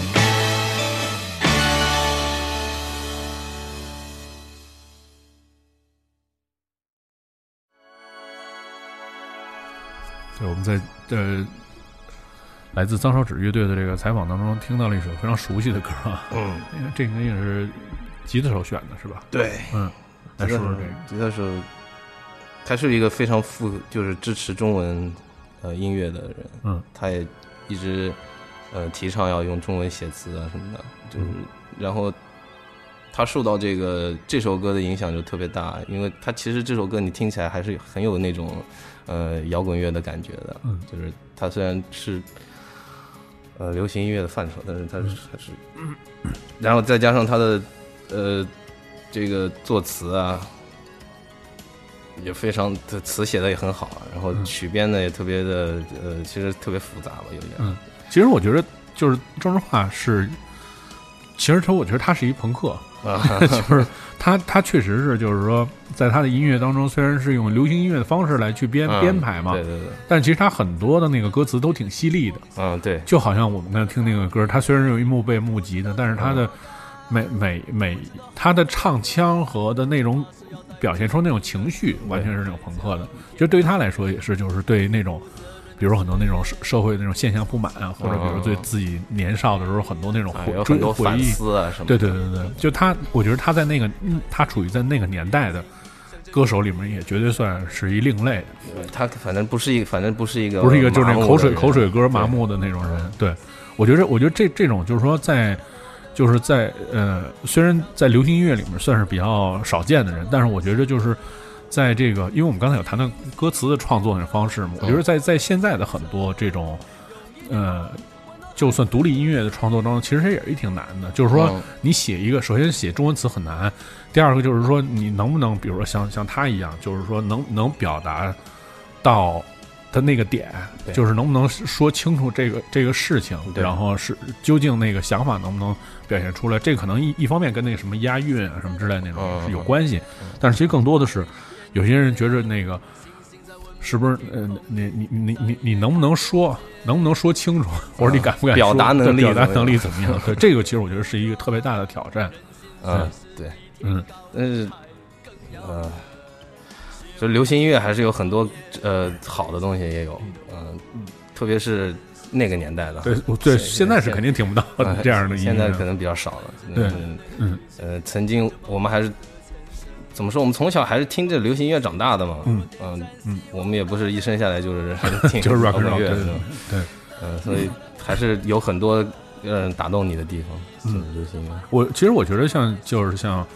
对，我们在呃来自脏手指乐队的这个采访当中听到了一首非常熟悉的歌啊， 嗯， 因为这个也是吉他手选的是吧？ 对， 嗯。来说说这个， 吉他手，他是一个非常富，就是支持中文呃音乐的人， 嗯， 他也一直呃提倡要用中文写词啊什么的，就是、嗯、然后他受到这个这首歌的影响就特别大，因为他其实这首歌你听起来还是很有那种呃摇滚乐的感觉的， 嗯， 就是他虽然是呃流行音乐的范畴，但是他是还是、嗯，然后再加上他的呃。这个作词啊，也非常，的词写的也很好啊，然后曲编的也特别的，呃，其实特别复杂吧，有点。 嗯，其实我觉得就是郑智化是，其实他我觉得他是一朋克啊，就是他他确实是就是说，在他的音乐当中，虽然是用流行音乐的方式来去编、嗯、编排嘛， 对对对， 但其实他很多的那个歌词都挺犀利的。 嗯，对， 就好像我们刚才听那个歌，他虽然是有一幕被募集的，但是他的。嗯每每每，他的唱腔和的那种表现出那种情绪，完全是那种朋克的。其实对于他来说，也是就是对那种，比如很多那种社会那种现象不满啊，或者比如对自己年少的时候很多那种回、 哎、追回忆啊什么的。 对对对对，就他，我觉得他在那个，嗯，他处于在那个年代的歌手里面，也绝对算是一另类的。 他反正不是一个，反正不是一个， 不是一个就是那口水口水歌麻木的那种人。对，对我觉得，我觉得这这种就是说在。就是在呃，虽然在流行音乐里面算是比较少见的人，但是我觉得就是在这个，因为我们刚才有谈到歌词的创作的方式嘛，我觉得在在现在的很多这种呃，就算独立音乐的创作当中，其实也是挺难的。就是说，你写一个，首先写中文词很难，第二个就是说，你能不能，比如说像像他一样，就是说能能表达到。他那个点就是能不能说清楚这个这个事情，然后是究竟那个想法能不能表现出来？这可能一一方面跟那个什么押韵啊什么之类的那种是有关系，但是其实更多的是有些人觉得那个是不是呃你你你你你能不能说能不能说清楚，或者你敢不敢表达能力表达能力怎么样？对，这个其实我觉得是一个特别大的挑战。 嗯，对， 嗯， 但是呃。就流行音乐还是有很多呃好的东西也有，嗯、呃，特别是那个年代的。 对对，现在是肯定听不到这样的音乐， 现在可能比较少了。 对， 嗯嗯呃，曾经我们还是怎么说？我们从小还是听着流行音乐长大的嘛。嗯嗯、呃、嗯，我们也不是一生下来就是听就是 rock and roll 乐， 对对对， 嗯、呃，所以还是有很多嗯打动你的地方。嗯，流行音乐。 我其实我觉得像就是像。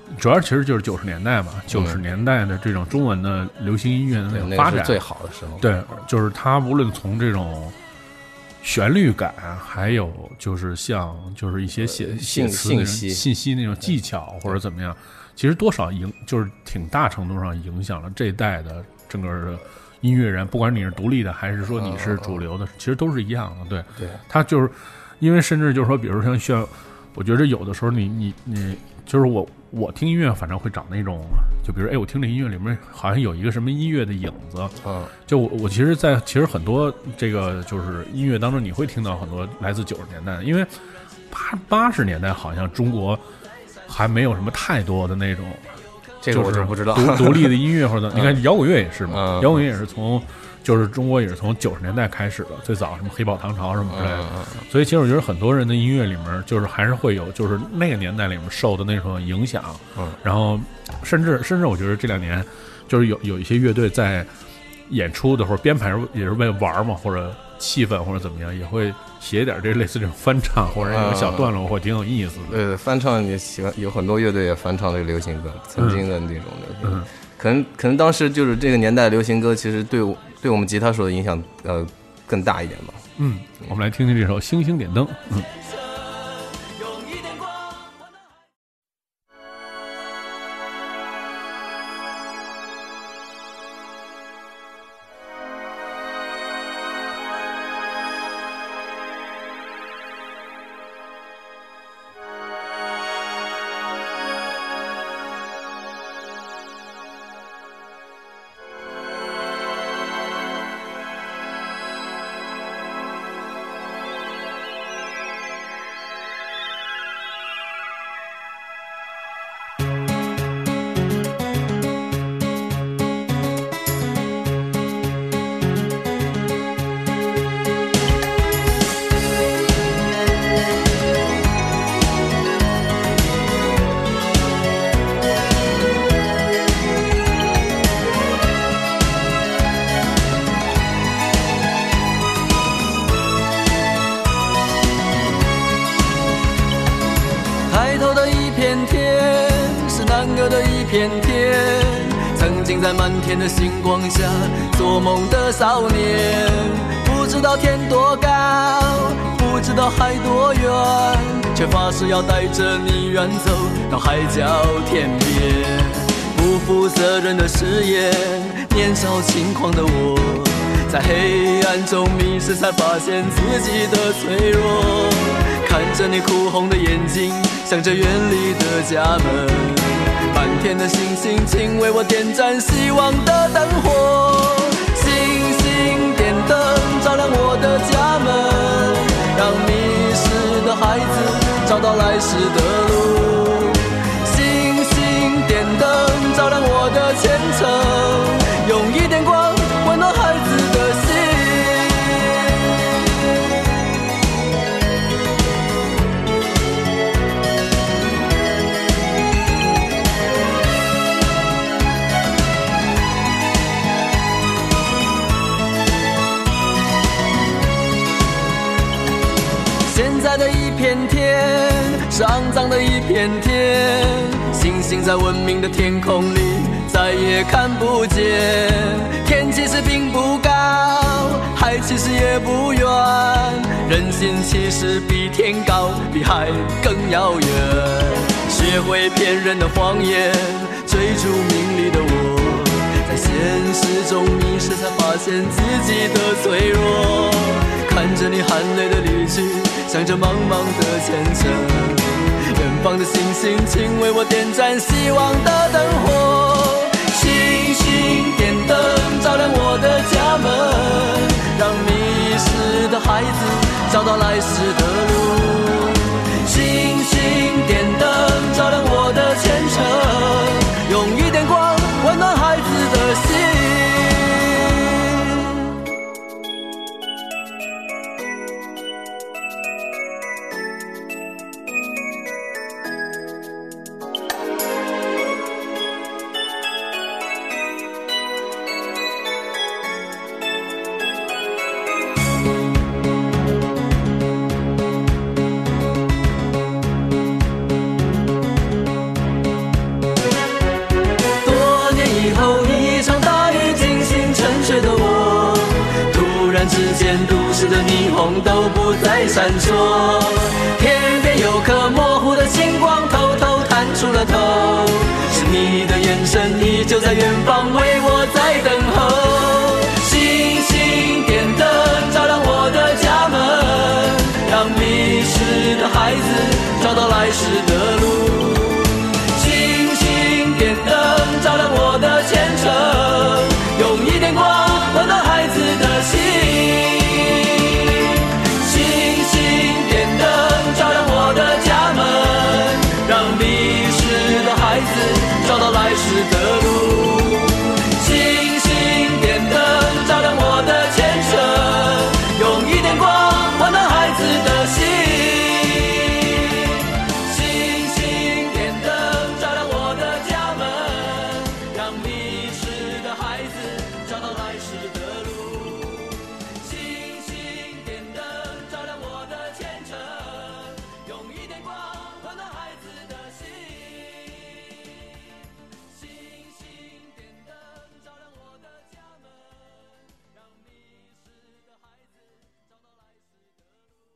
主要其实就是九十年代嘛，九十年代的这种中文的流行音乐的那种发展、 那个、最好的时候。 对，就是它无论从这种旋律感，还有就是像就是一些写写词信息信息那种技巧或者怎么样，其实多少影就是挺大程度上影响了这一代的整个的音乐人，不管你是独立的还是说你是主流的，嗯、其实都是一样的。对， 对， 他就是因为甚至就是说，比如像像，我觉得有的时候你你你就是我我听音乐，反正会找那种，就比如哎，我听这音乐里面好像有一个什么音乐的影子， 嗯， 就我我其实在，在其实很多这个就是音乐当中，你会听到很多来自九十年代，因为八八十年代好像中国还没有什么太多的那种。 这个我就不知道， 独独立的音乐或者、嗯、你看摇滚乐也是嘛， 嗯、 摇滚乐也是从就是中国也是从九十年代开始的，最早什么黑豹、唐朝什么之类的。 嗯嗯、 所以其实我觉得很多人的音乐里面，就是还是会有就是那个年代里面受的那种影响。 嗯， 然后甚至甚至我觉得这两年就是有有一些乐队在演出的或者编排也是为了玩嘛，或者气氛或者怎么样，也会写点这类似这种翻唱或者有个小段落，或者挺有意思的。 对对，翻唱也喜欢，有很多乐队也翻唱这个流行歌，曾经的那种流行歌。 嗯， 可能可能当时就是这个年代流行歌，其实对我对我们吉他手的影响呃更大一点吧。 嗯，我们来听听这首《星星点灯》。嗯。 片天，曾经在满天的星光下做梦的少年，不知道天多高，不知道海多远，却发誓要带着你远走到海角天边。不负责任的誓言，年少轻狂的我，在黑暗中迷失，才发现自己的脆弱。看着你哭红的眼睛，想着远离的家门，满天的星星，请为我点燃希望的灯火。星星点灯，照亮我的家门，让迷失的孩子找到来时的路。星星点灯，照亮我的前程，用一点光温暖孩子的心。现在的一片天是肮脏的一片天，星星在文明的天空里再也看不见。天其实并不高，海其实也不远，人心其实比天高，比海更遥远。学会骗人的谎言，追逐名利的我，在现实中迷失，才发现自己的脆弱。看着你含泪的离去，想着茫茫的前程，远方的星星，请为我点燃希望的灯火。星星点灯，照亮我的家门，让迷失的孩子找到来时的路。星星点灯，照亮我的前程，用一点光温暖孩子的心。 市的霓虹都不再闪烁，天边有颗模糊的星光偷偷探出了头，是你的眼神依旧在远方为我在等候。星星点灯照亮我的家门，让迷失的孩子找到来时的路。星星点灯照亮我的前程，用一点光温暖孩子的心。星星点灯照亮我的家门，让迷失的孩子找到来时的路。星星点灯照亮我的前程，用一点光温暖孩子的心。星星点灯照亮我的家门，让迷失的孩子找到来时的路。星星点灯照亮我的前程，用一点光温暖孩子的心。星星点灯照亮我的家门，让迷失的孩子找到来时的路。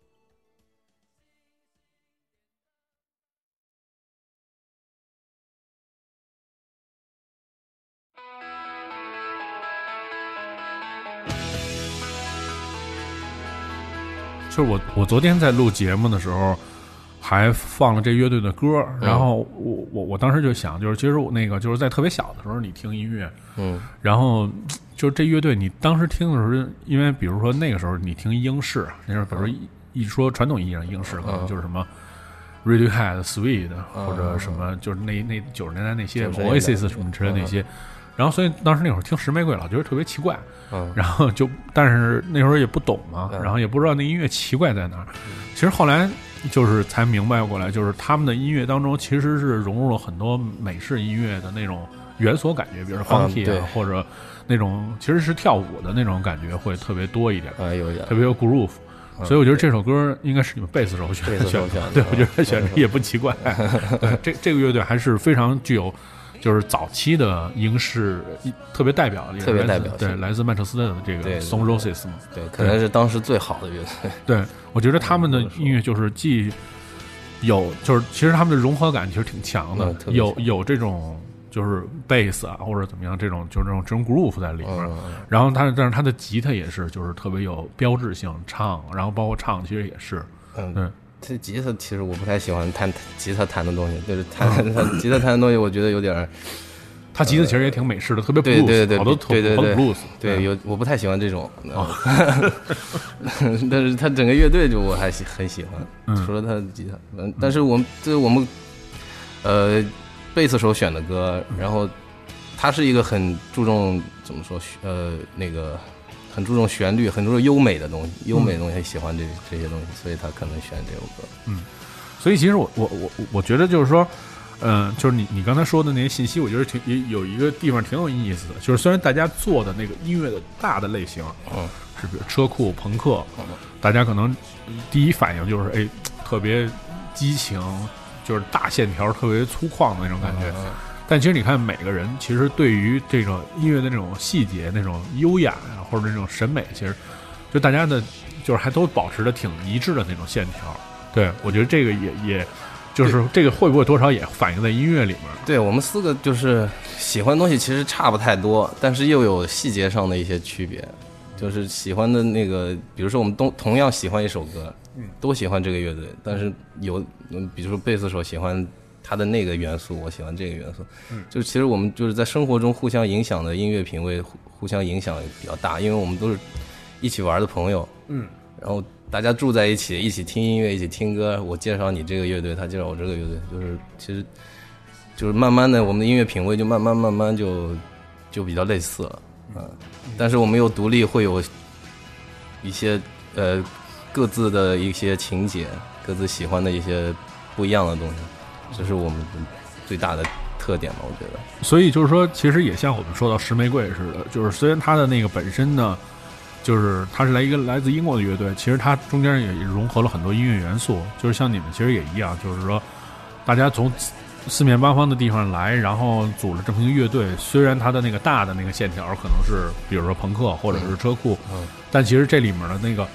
就是我我昨天在录节目的时候，还放了这乐队的歌，然后我我我当时就想，就是其实我那个就是在特别小的时候你听音乐， 嗯， 然后就是这乐队你当时听的时候，因为比如说那个时候你听英式，那时候比如说一一说传统意义上英式，可能就是什么 Radiohead、Sweet 或者什么，就是那那九十年代那些 Oasis 什么之类的那些。然后，所以当时那会儿听石玫瑰老觉得特别奇怪， 嗯， 然后就，但是那时候也不懂嘛， 嗯、 然后也不知道那音乐奇怪在哪儿。其实后来就是才明白过来，就是他们的音乐当中其实是融入了很多美式音乐的那种元素感觉，比如说 funky 啊， 嗯、 或者那种其实是跳舞的那种感觉会特别多一点， 啊，有一点， 特别有 groove。所以我觉得这首歌应该是你们贝斯手选的，选的，对，我觉得选的也不奇怪。对，这这个乐队还是非常具有。就是早期的英式特别代表的， 特别代表对，来自曼彻斯特的这个 Stone Roses 嘛， 对，可能是当时最好的乐队。 对，我觉得他们的音乐就是既有，就是其实他们的融合感其实挺强的， 嗯、 有有这种就是贝斯啊或者怎么样这种就是这种这种 groove 在里面， 嗯、 然后他但是他的吉他也是就是特别有标志性，唱，然后包括唱其实也是， 嗯， 对。 这吉他其实我不太喜欢弹吉他弹的东西，就是弹弹吉他弹的东西，我觉得有点。 他吉他其实也挺美式的，特别 blues， 对对对， 好多对对对 blues， 对有我不太喜欢这种。哦、但是他整个乐队就我还很喜欢， 嗯、 除了他的吉他，嗯，但是我们这是我们呃贝斯手选的歌，然后他是一个很注重怎么说呃那个。很注重旋律，很注重优美的东西，优美的东西，喜欢这这些东西，所以他可能选这首歌。 嗯，所以其实我我我我觉得就是说，嗯、呃，就是你你刚才说的那些信息，我觉得挺也有一个地方挺有意思的，就是虽然大家做的那个音乐的大的类型， 嗯， 是比如车库、朋克， 嗯， 大家可能第一反应就是哎特别激情，就是大线条特别粗犷的那种感觉。嗯，但其实你看，每个人其实对于这种音乐的那种细节、那种优雅呀、啊，或者那种审美，其实就大家的，就是还都保持的挺一致的那种线条。对，我觉得这个也也，就是这个会不会多少也反映在音乐里面？ 对，我们四个就是喜欢的东西其实差不太多，但是又有细节上的一些区别。就是喜欢的那个，比如说我们都同样喜欢一首歌，嗯，都喜欢这个乐队，但是有，比如说贝斯手喜欢。他的那个元素，我喜欢这个元素，嗯，就其实我们就是在生活中互相影响的音乐品味，互互相影响比较大，因为我们都是一起玩的朋友， 嗯， 然后大家住在一起，一起听音乐，一起听歌，我介绍你这个乐队，他介绍我这个乐队，就是其实就是慢慢的，我们的音乐品味就慢慢慢慢就就比较类似了，嗯，但是我们又独立，会有一些呃各自的一些情节，各自喜欢的一些不一样的东西。这是我们最大的特点吧，我觉得。 所以就是说，其实也像我们说到石玫瑰似的，就是虽然它的那个本身呢，就是它是来一个来自英国的乐队，其实它中间也融合了很多音乐元素，就是像你们其实也一样，就是说大家从四面八方的地方来，然后组了这么一个乐队。虽然它的那个大的那个线条可能是比如说朋克或者是车库， 嗯， 但其实这里面的那个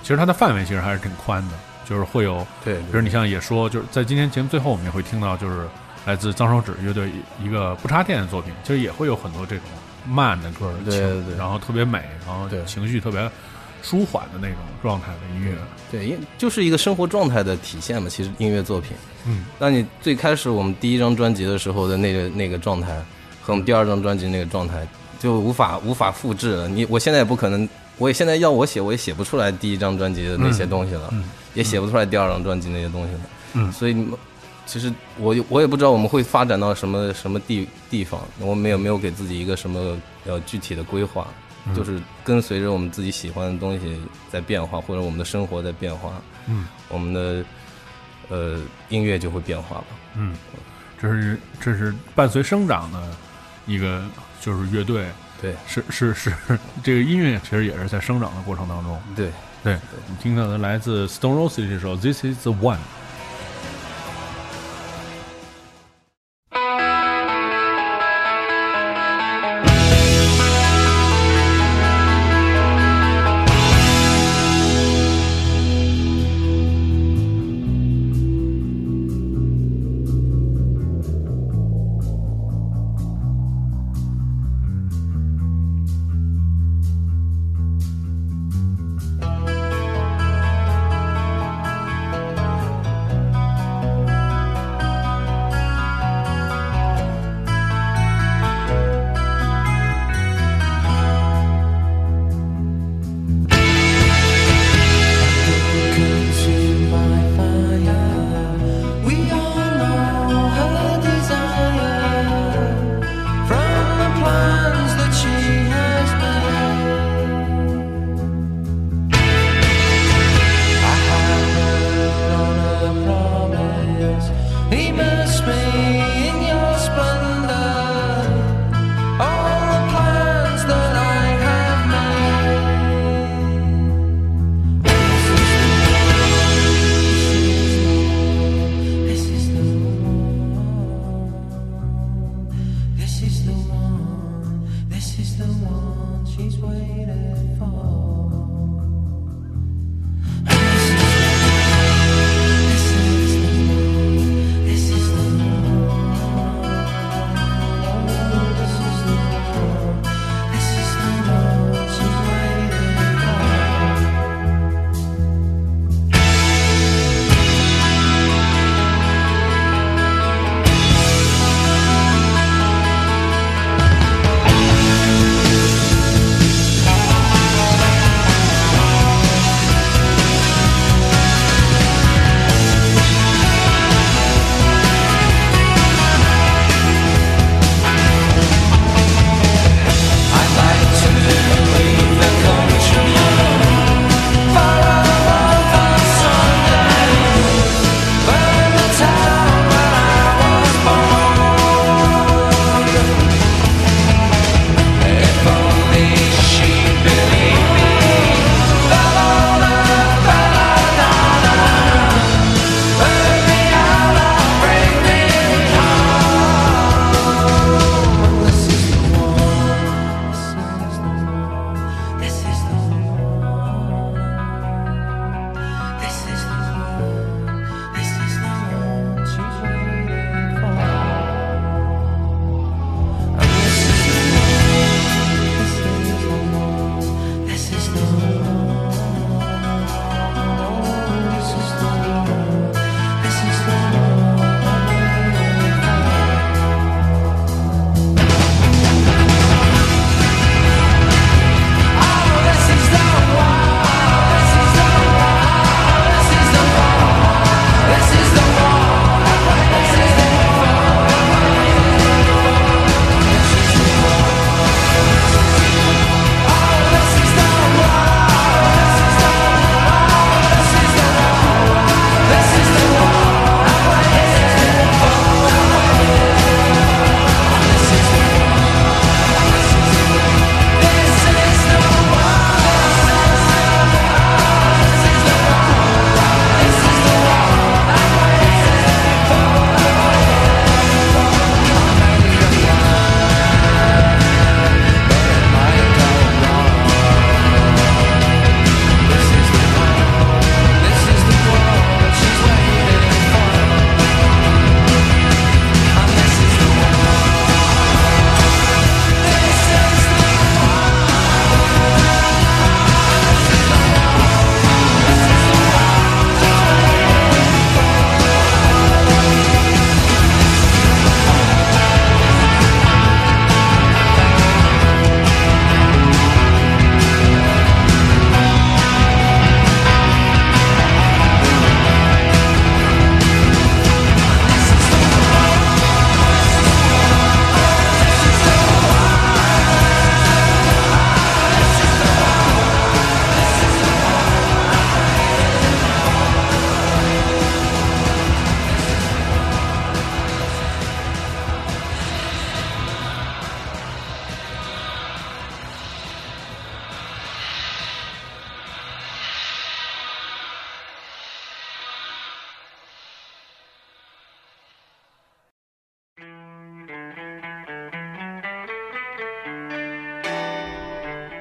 其实它的范围其实还是挺宽的，就是会有， 对， 比如你像也说，就是在今天节目最后我们也会听到，就是来自脏手指乐队一个不插电的作品，其实也会有很多这种慢的歌， 对对对， 然后特别美，然后情绪特别舒缓的那种状态的音乐。 对，因就是一个生活状态的体现嘛。其实音乐作品， 嗯， 当你最开始我们第一张专辑的时候的那个那个状态，和我们第二张专辑那个状态，就无法无法复制了。你我现在也不可能，我也现在要我写，我也写不出来第一张专辑的那些东西了， 嗯嗯、 也写不出来第二张专辑那些东西了。 嗯， 所以其实我我也不知道我们会发展到什么什么地地方，我们也没有给自己一个什么呃具体的规划。就是跟随着我们自己喜欢的东西在变化，或者我们的生活在变化， 嗯， 我们的呃音乐就会变化吧。 嗯，这是这是伴随生长的一个就是乐队， 对， 是是是，这个音乐其实也是在生长的过程当中。 对对，你听到的来自 Stone Roses 这首 This Is the One。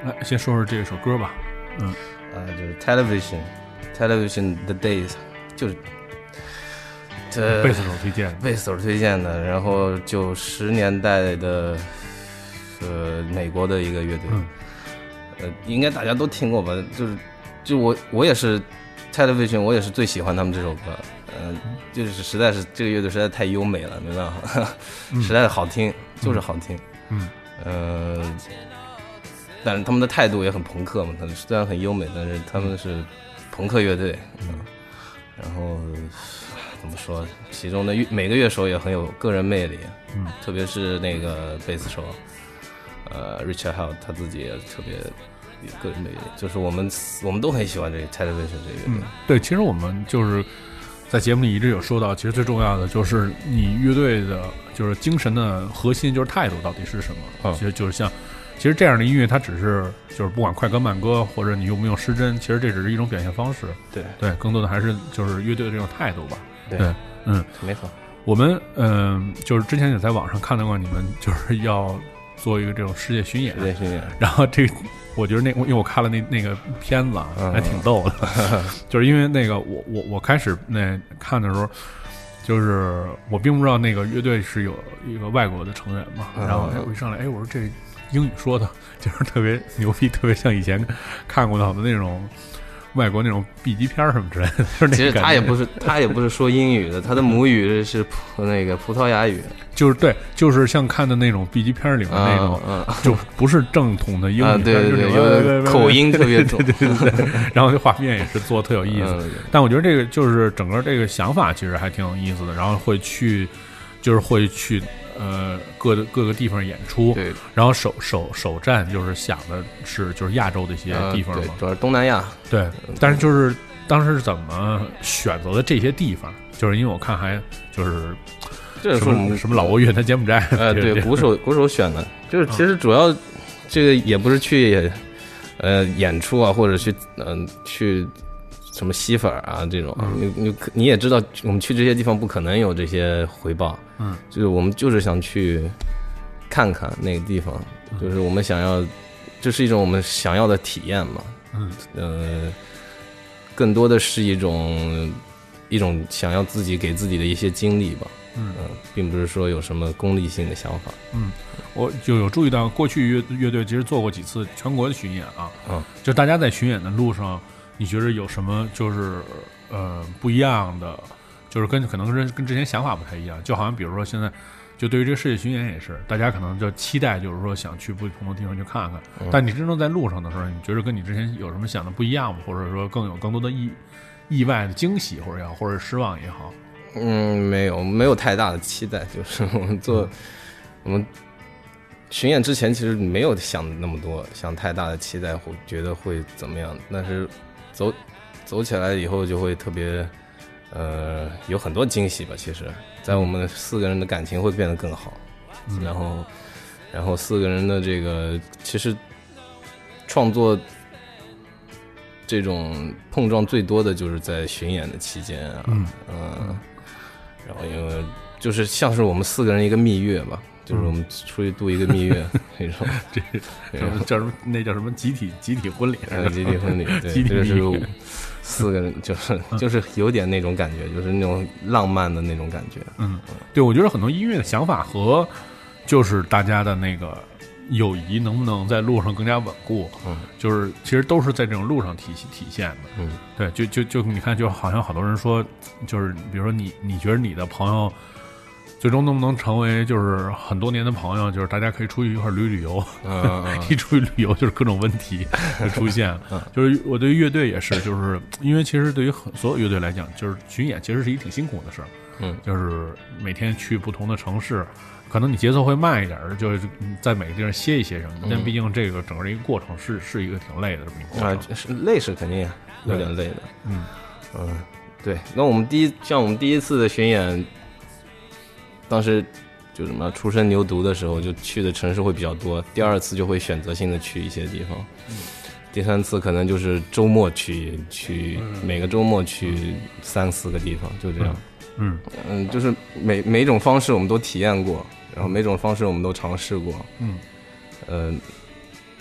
来先说说这首歌吧。嗯， 啊，就是 Television Television The Days， 就是这贝斯手推荐， 贝斯手推荐的，然后九十年代的呃美国的一个乐队， 嗯、 呃，应该大家都听过吧？就是就我我也是 Television， 我也是最喜欢他们这首歌。嗯、呃，就是实在是这个乐队实在太优美了，没办法，嗯、实在是好听，就是好听。 嗯， 呃，但是他们的态度也很朋克嘛，他们虽然很优美，但是他们是朋克乐队。嗯，然后怎么说？其中的每个乐手也很有个人魅力。 嗯，特别是那个贝斯手，呃 ，Richard Hell 他自己也特别有个人魅力。就是我们我们都很喜欢这个 Television 这个乐队。 嗯，对，其实我们就是在节目里一直有说到，其实最重要的就是你乐队的，就是精神的核心，就是态度到底是什么。 嗯、 其实就是像，其实这样的音乐，它只是就是不管快歌慢歌，或者你用不用失真，其实这只是一种表现方式。 对对，更多的还是就是乐队的这种态度吧。 对， 对嗯， 没错。 我们嗯、呃，就是之前也在网上看到过你们就是要做一个这种世界巡演， 世界巡演。 然后这个，我觉得那因为我看了那那个片子啊，还挺逗的，嗯、就是因为那个我我我开始那看的时候，就是我并不知道那个乐队是有一个外国的成员嘛，然后我一上来，哎，我说这英语说的就是特别牛逼，特别像以前看过的好多那种。外国那种 B 级片什么之类的，就是那个其实他也不是他也不是说英语的，他的母语是葡那个葡萄牙语， 就是对，就是像看的那种 B 级片里面那种， 嗯嗯、 就不是正统的英语， 啊、对对对，有口音特别重， 对对对对，然后这画面也是做的特有意思。 嗯、 但我觉得这个就是整个这个想法其实还挺有意思的，然后会去，就是会去。呃，各的各个地方演出， 对， 然后首首首站就是想的是就是亚洲的一些地方嘛， 呃、对，主要是东南亚， 对，但是就是当时是怎么选择的这些地方？就是因为我看还就是这是什么什么老挝、越南、柬埔寨， 呃，对，鼓手鼓手选的，就是其实主要这个也不是去呃演出啊，或者去嗯、呃、去。什么吸粉啊这种， 嗯、 你你你也知道，我们去这些地方不可能有这些回报， 嗯， 就是我们就是想去看看那个地方， 嗯、 就是我们想要，这是一种我们想要的体验嘛， 嗯， 呃，更多的是一种一种想要自己给自己的一些经历吧， 嗯、 呃，并不是说有什么功利性的想法， 嗯，我就有注意到过去乐乐队其实做过几次全国的巡演啊， 嗯， 就大家在巡演的路上。你觉得有什么就是呃不一样的？就是跟可能是跟之前想法不太一样，就好像比如说现在，就对于这个世界巡演也是，大家可能就期待就是说想去不同的地方去看看， 嗯、 但你真正在路上的时候，你觉得跟你之前有什么想的不一样吗？或者说更有更多的意意外的惊喜，或者也好，或者失望也好？ 嗯，没有没有太大的期待，就是我们做、嗯、我们。巡演之前其实没有想那么多，想太大的期待，会觉得会怎么样？但是走走起来以后就会特别，呃，有很多惊喜吧。其实，在我们四个人的感情会变得更好， 嗯、 然后，然后四个人的这个其实创作这种碰撞最多的就是在巡演的期间啊， 嗯、 呃，然后因为就是像是我们四个人一个蜜月吧。就是我们出去度一个蜜月那种， 这叫什么？那叫什么？集体集体婚礼？ 呃，集体婚礼，对， 集体这是四个人，就是就是有点那种感觉，就是那种浪漫的那种感觉。 嗯，对，我觉得很多音乐的想法和就是大家的那个友谊能不能在路上更加稳固， 嗯， 就是其实都是在这种路上体体现的。 嗯， 对，就就就你看，就好像好多人说，就是比如说你你觉得你的朋友。最终能不能成为就是很多年的朋友？就是大家可以出去一块旅旅游， 嗯、 一出去旅游就是各种问题就出现。 嗯、 就是我对于乐队也是，就是因为其实对于很所有乐队来讲，就是巡演其实是一挺辛苦的事儿。 嗯， 就是每天去不同的城市，可能你节奏会慢一点，就是在每个地方歇一歇什么的。 嗯、 但毕竟这个整个一个过程是是一个挺累的这么一个过程。 啊，是累是肯定有点累的。 嗯嗯，对。那我们第一像我们第一次的巡演。当时就什么初生牛犊的时候，就去的城市会比较多。第二次就会选择性的去一些地方， 嗯、 第三次可能就是周末去去、嗯、每个周末去三四个地方，就这样。 嗯嗯，就是每每种方式我们都体验过，然后每种方式我们都尝试过。 嗯， 呃，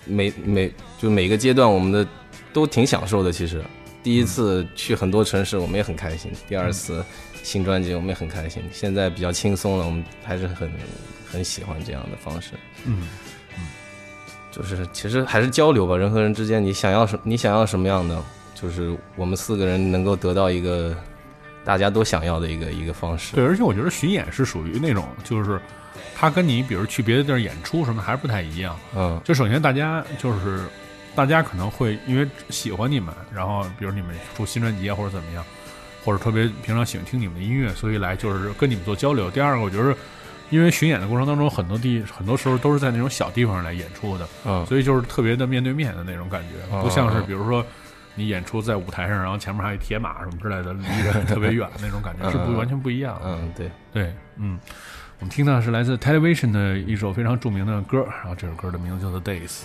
每每就每个阶段我们的都挺享受的。其实第一次去很多城市我们也很开心，第二次新专辑我们也很开心，现在比较轻松了，我们还是很很喜欢这样的方式。 嗯嗯，就是其实还是交流吧，人和人之间，你想要什你想要什么样的，就是我们四个人能够得到一个大家都想要的一个一个方式。 对，而且我觉得巡演是属于那种，就是他跟你比如去别的地儿演出什么还是不太一样。 嗯， 就首先大家就是大家可能会因为喜欢你们，然后比如你们出新专辑啊或者怎么样，或者特别平常喜欢听你们的音乐，所以来就是跟你们做交流。第二个，我觉得因为巡演的过程当中，很多地很多时候都是在那种小地方来演出的， 嗯， 所以就是特别的面对面的那种感觉，不像是比如说你演出在舞台上，然后前面还有铁马什么之类的，离着特别远的那种感觉，是不完全不一样的。 嗯，对对，嗯，我们听到的是来自 Television 的一首非常著名的歌，然後這首歌的名字叫做 Days。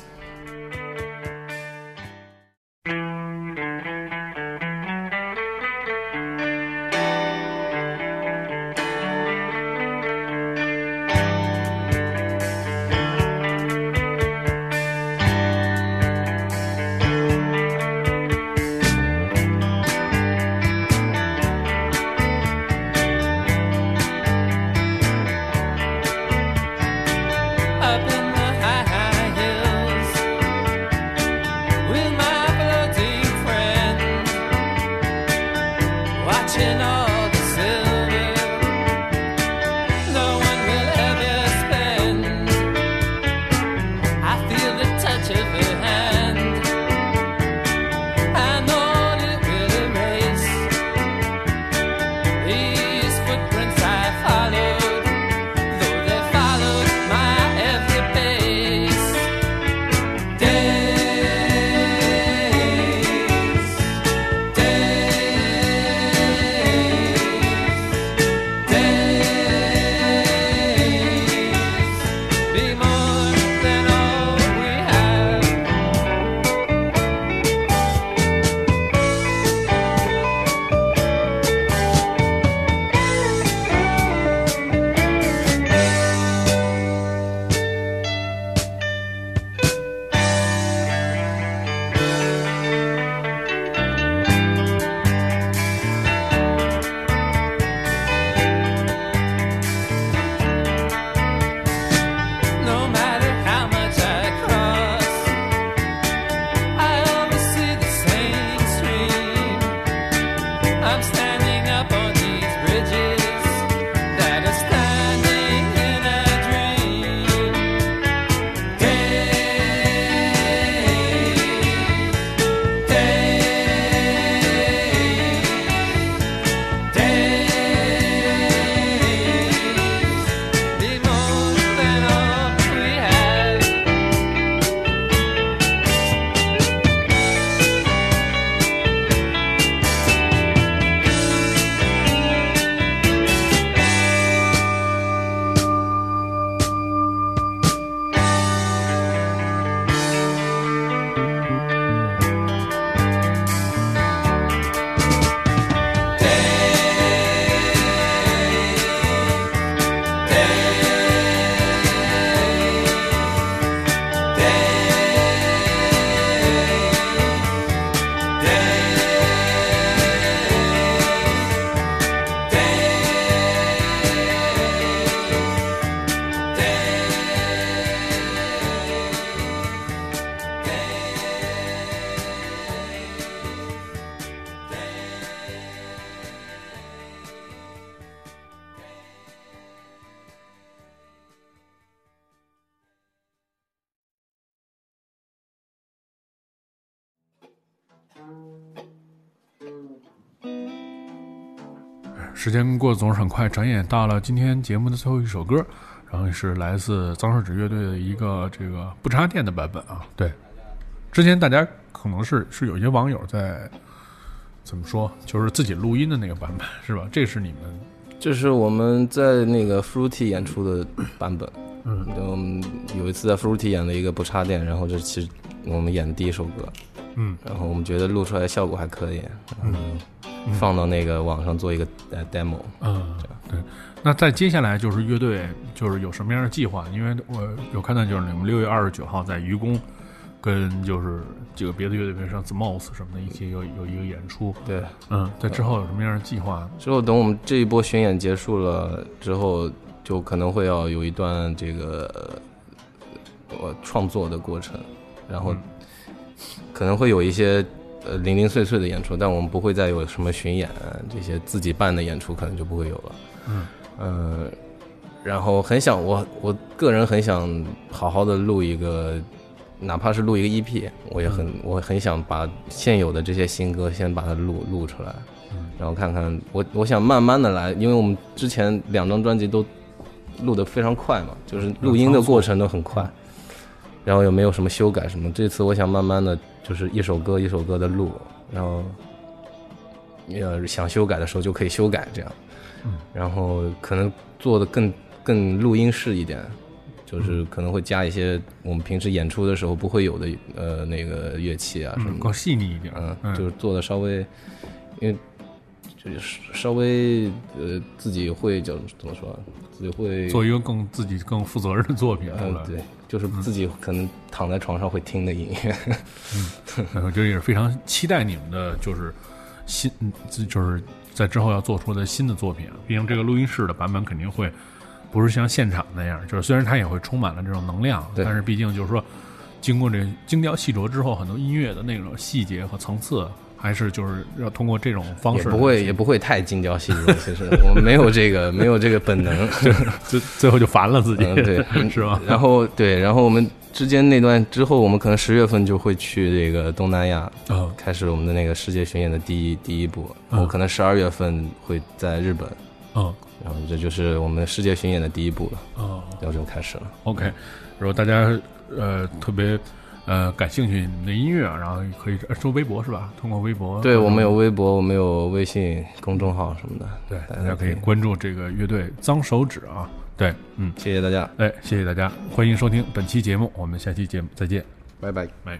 时间过得总是很快，转眼到了今天节目的最后一首歌，然后是来自脏手指乐队的一个这个不插电的版本啊。对，之前大家可能是是有一些网友在怎么说，就是自己录音的那个版本是吧？这是你们， 这是我们在那个 Fruity 演出的版本。嗯，我们有一次在 Fruity 演了一个不插电，然后这其实我们演的第一首歌。 嗯， 然后我们觉得录出来效果还可以，嗯，放到那个网上做一个呃 demo。 嗯，对。那在接下来就是乐队就是有什么样的计划？因为我有看到就是你们六月二十九号在愚公跟就是几个别的乐队，比如像 The Mouse 什么的一起有有一个演出。 对， 嗯，在之后有什么样的计划？ 之后等我们这一波巡演结束了之后，就可能会要有一段这个我创作的过程，然后可能会有一些呃零零碎碎的演出，但我们不会再有什么巡演这些自己办的演出，可能就不会有了。 嗯嗯、呃，然后很想我我个人很想好好的录一个。哪怕是录一个 E P， 我也很、嗯、我很想把现有的这些新歌先把它录录出来，嗯、然后看看我我想慢慢的来，因为我们之前两张专辑都录得非常快嘛，就是录音的过程都很快，然后又没有什么修改什么。这次我想慢慢的就是一首歌一首歌的录，然后要想修改的时候就可以修改这样，嗯、然后可能做的更更录音室一点。就是可能会加一些我们平时演出的时候不会有的呃那个乐器啊什么的， 嗯、更细腻一点， 嗯，嗯就是做的稍微，因为就是稍微呃自己会叫怎么说，自己会做一个更自己更负责任的作品出来， 嗯，对，就是自己可能躺在床上会听的音乐， 嗯，我觉得也是非常期待你们的，就是新就是在之后要做出的新的作品啊，毕竟这个录音室的版本肯定会。不是像现场那样，就是虽然它也会充满了这种能量，但是毕竟就是说，经过这精雕细琢之后，很多音乐的那种细节和层次，还是就是要通过这种方式。 也不会也不会太精雕细琢，其实我们没有这个没有这个本能， 就就最后就烦了自己， 嗯、对， 是吧？ 然后对，然后我们之间那段之后，我们可能十月份就会去这个东南亚， 哦、 开始我们的那个世界巡演的第一第一步。 嗯、 我可能十二月份会在日本。 嗯。 然后这就是我们世界巡演的第一步了， 哦， 然后就开始了。 OK，如果大家呃特别呃感兴趣你们的音乐啊，然后可以说微博是吧？通过微博， 对我们有微博，我们有微信公众号什么的， 对，大家可以关注这个乐队脏手指啊。对，嗯， 谢谢大家， 哎，谢谢大家，欢迎收听本期节目，我们下期节目再见， 拜拜， 拜。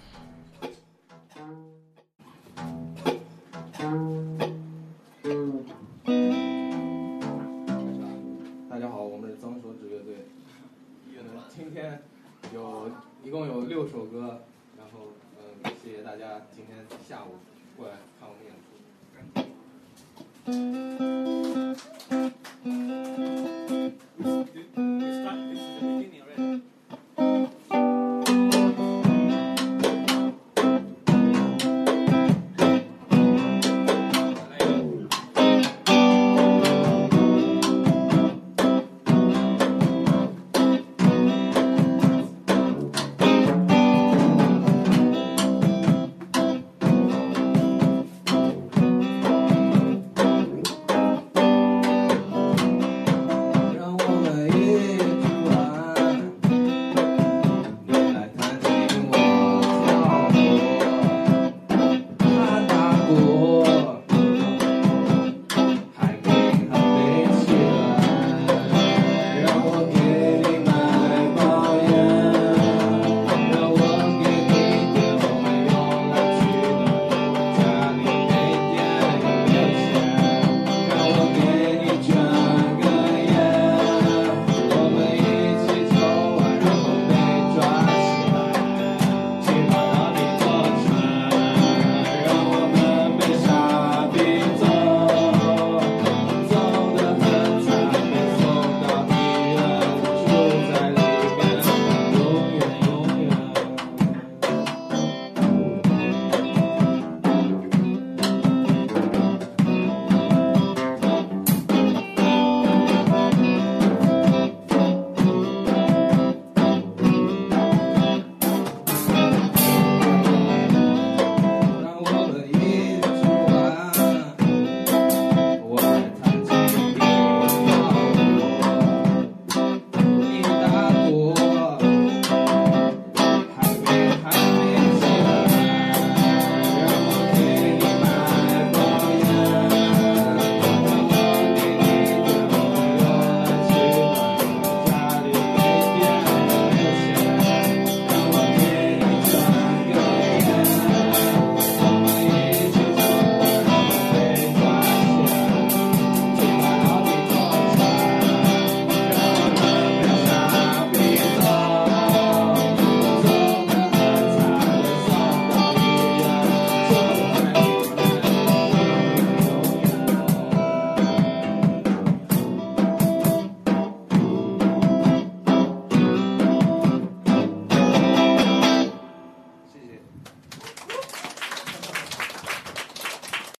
今天有一共有六首歌，然后嗯，谢谢大家今天下午过来看我们演出。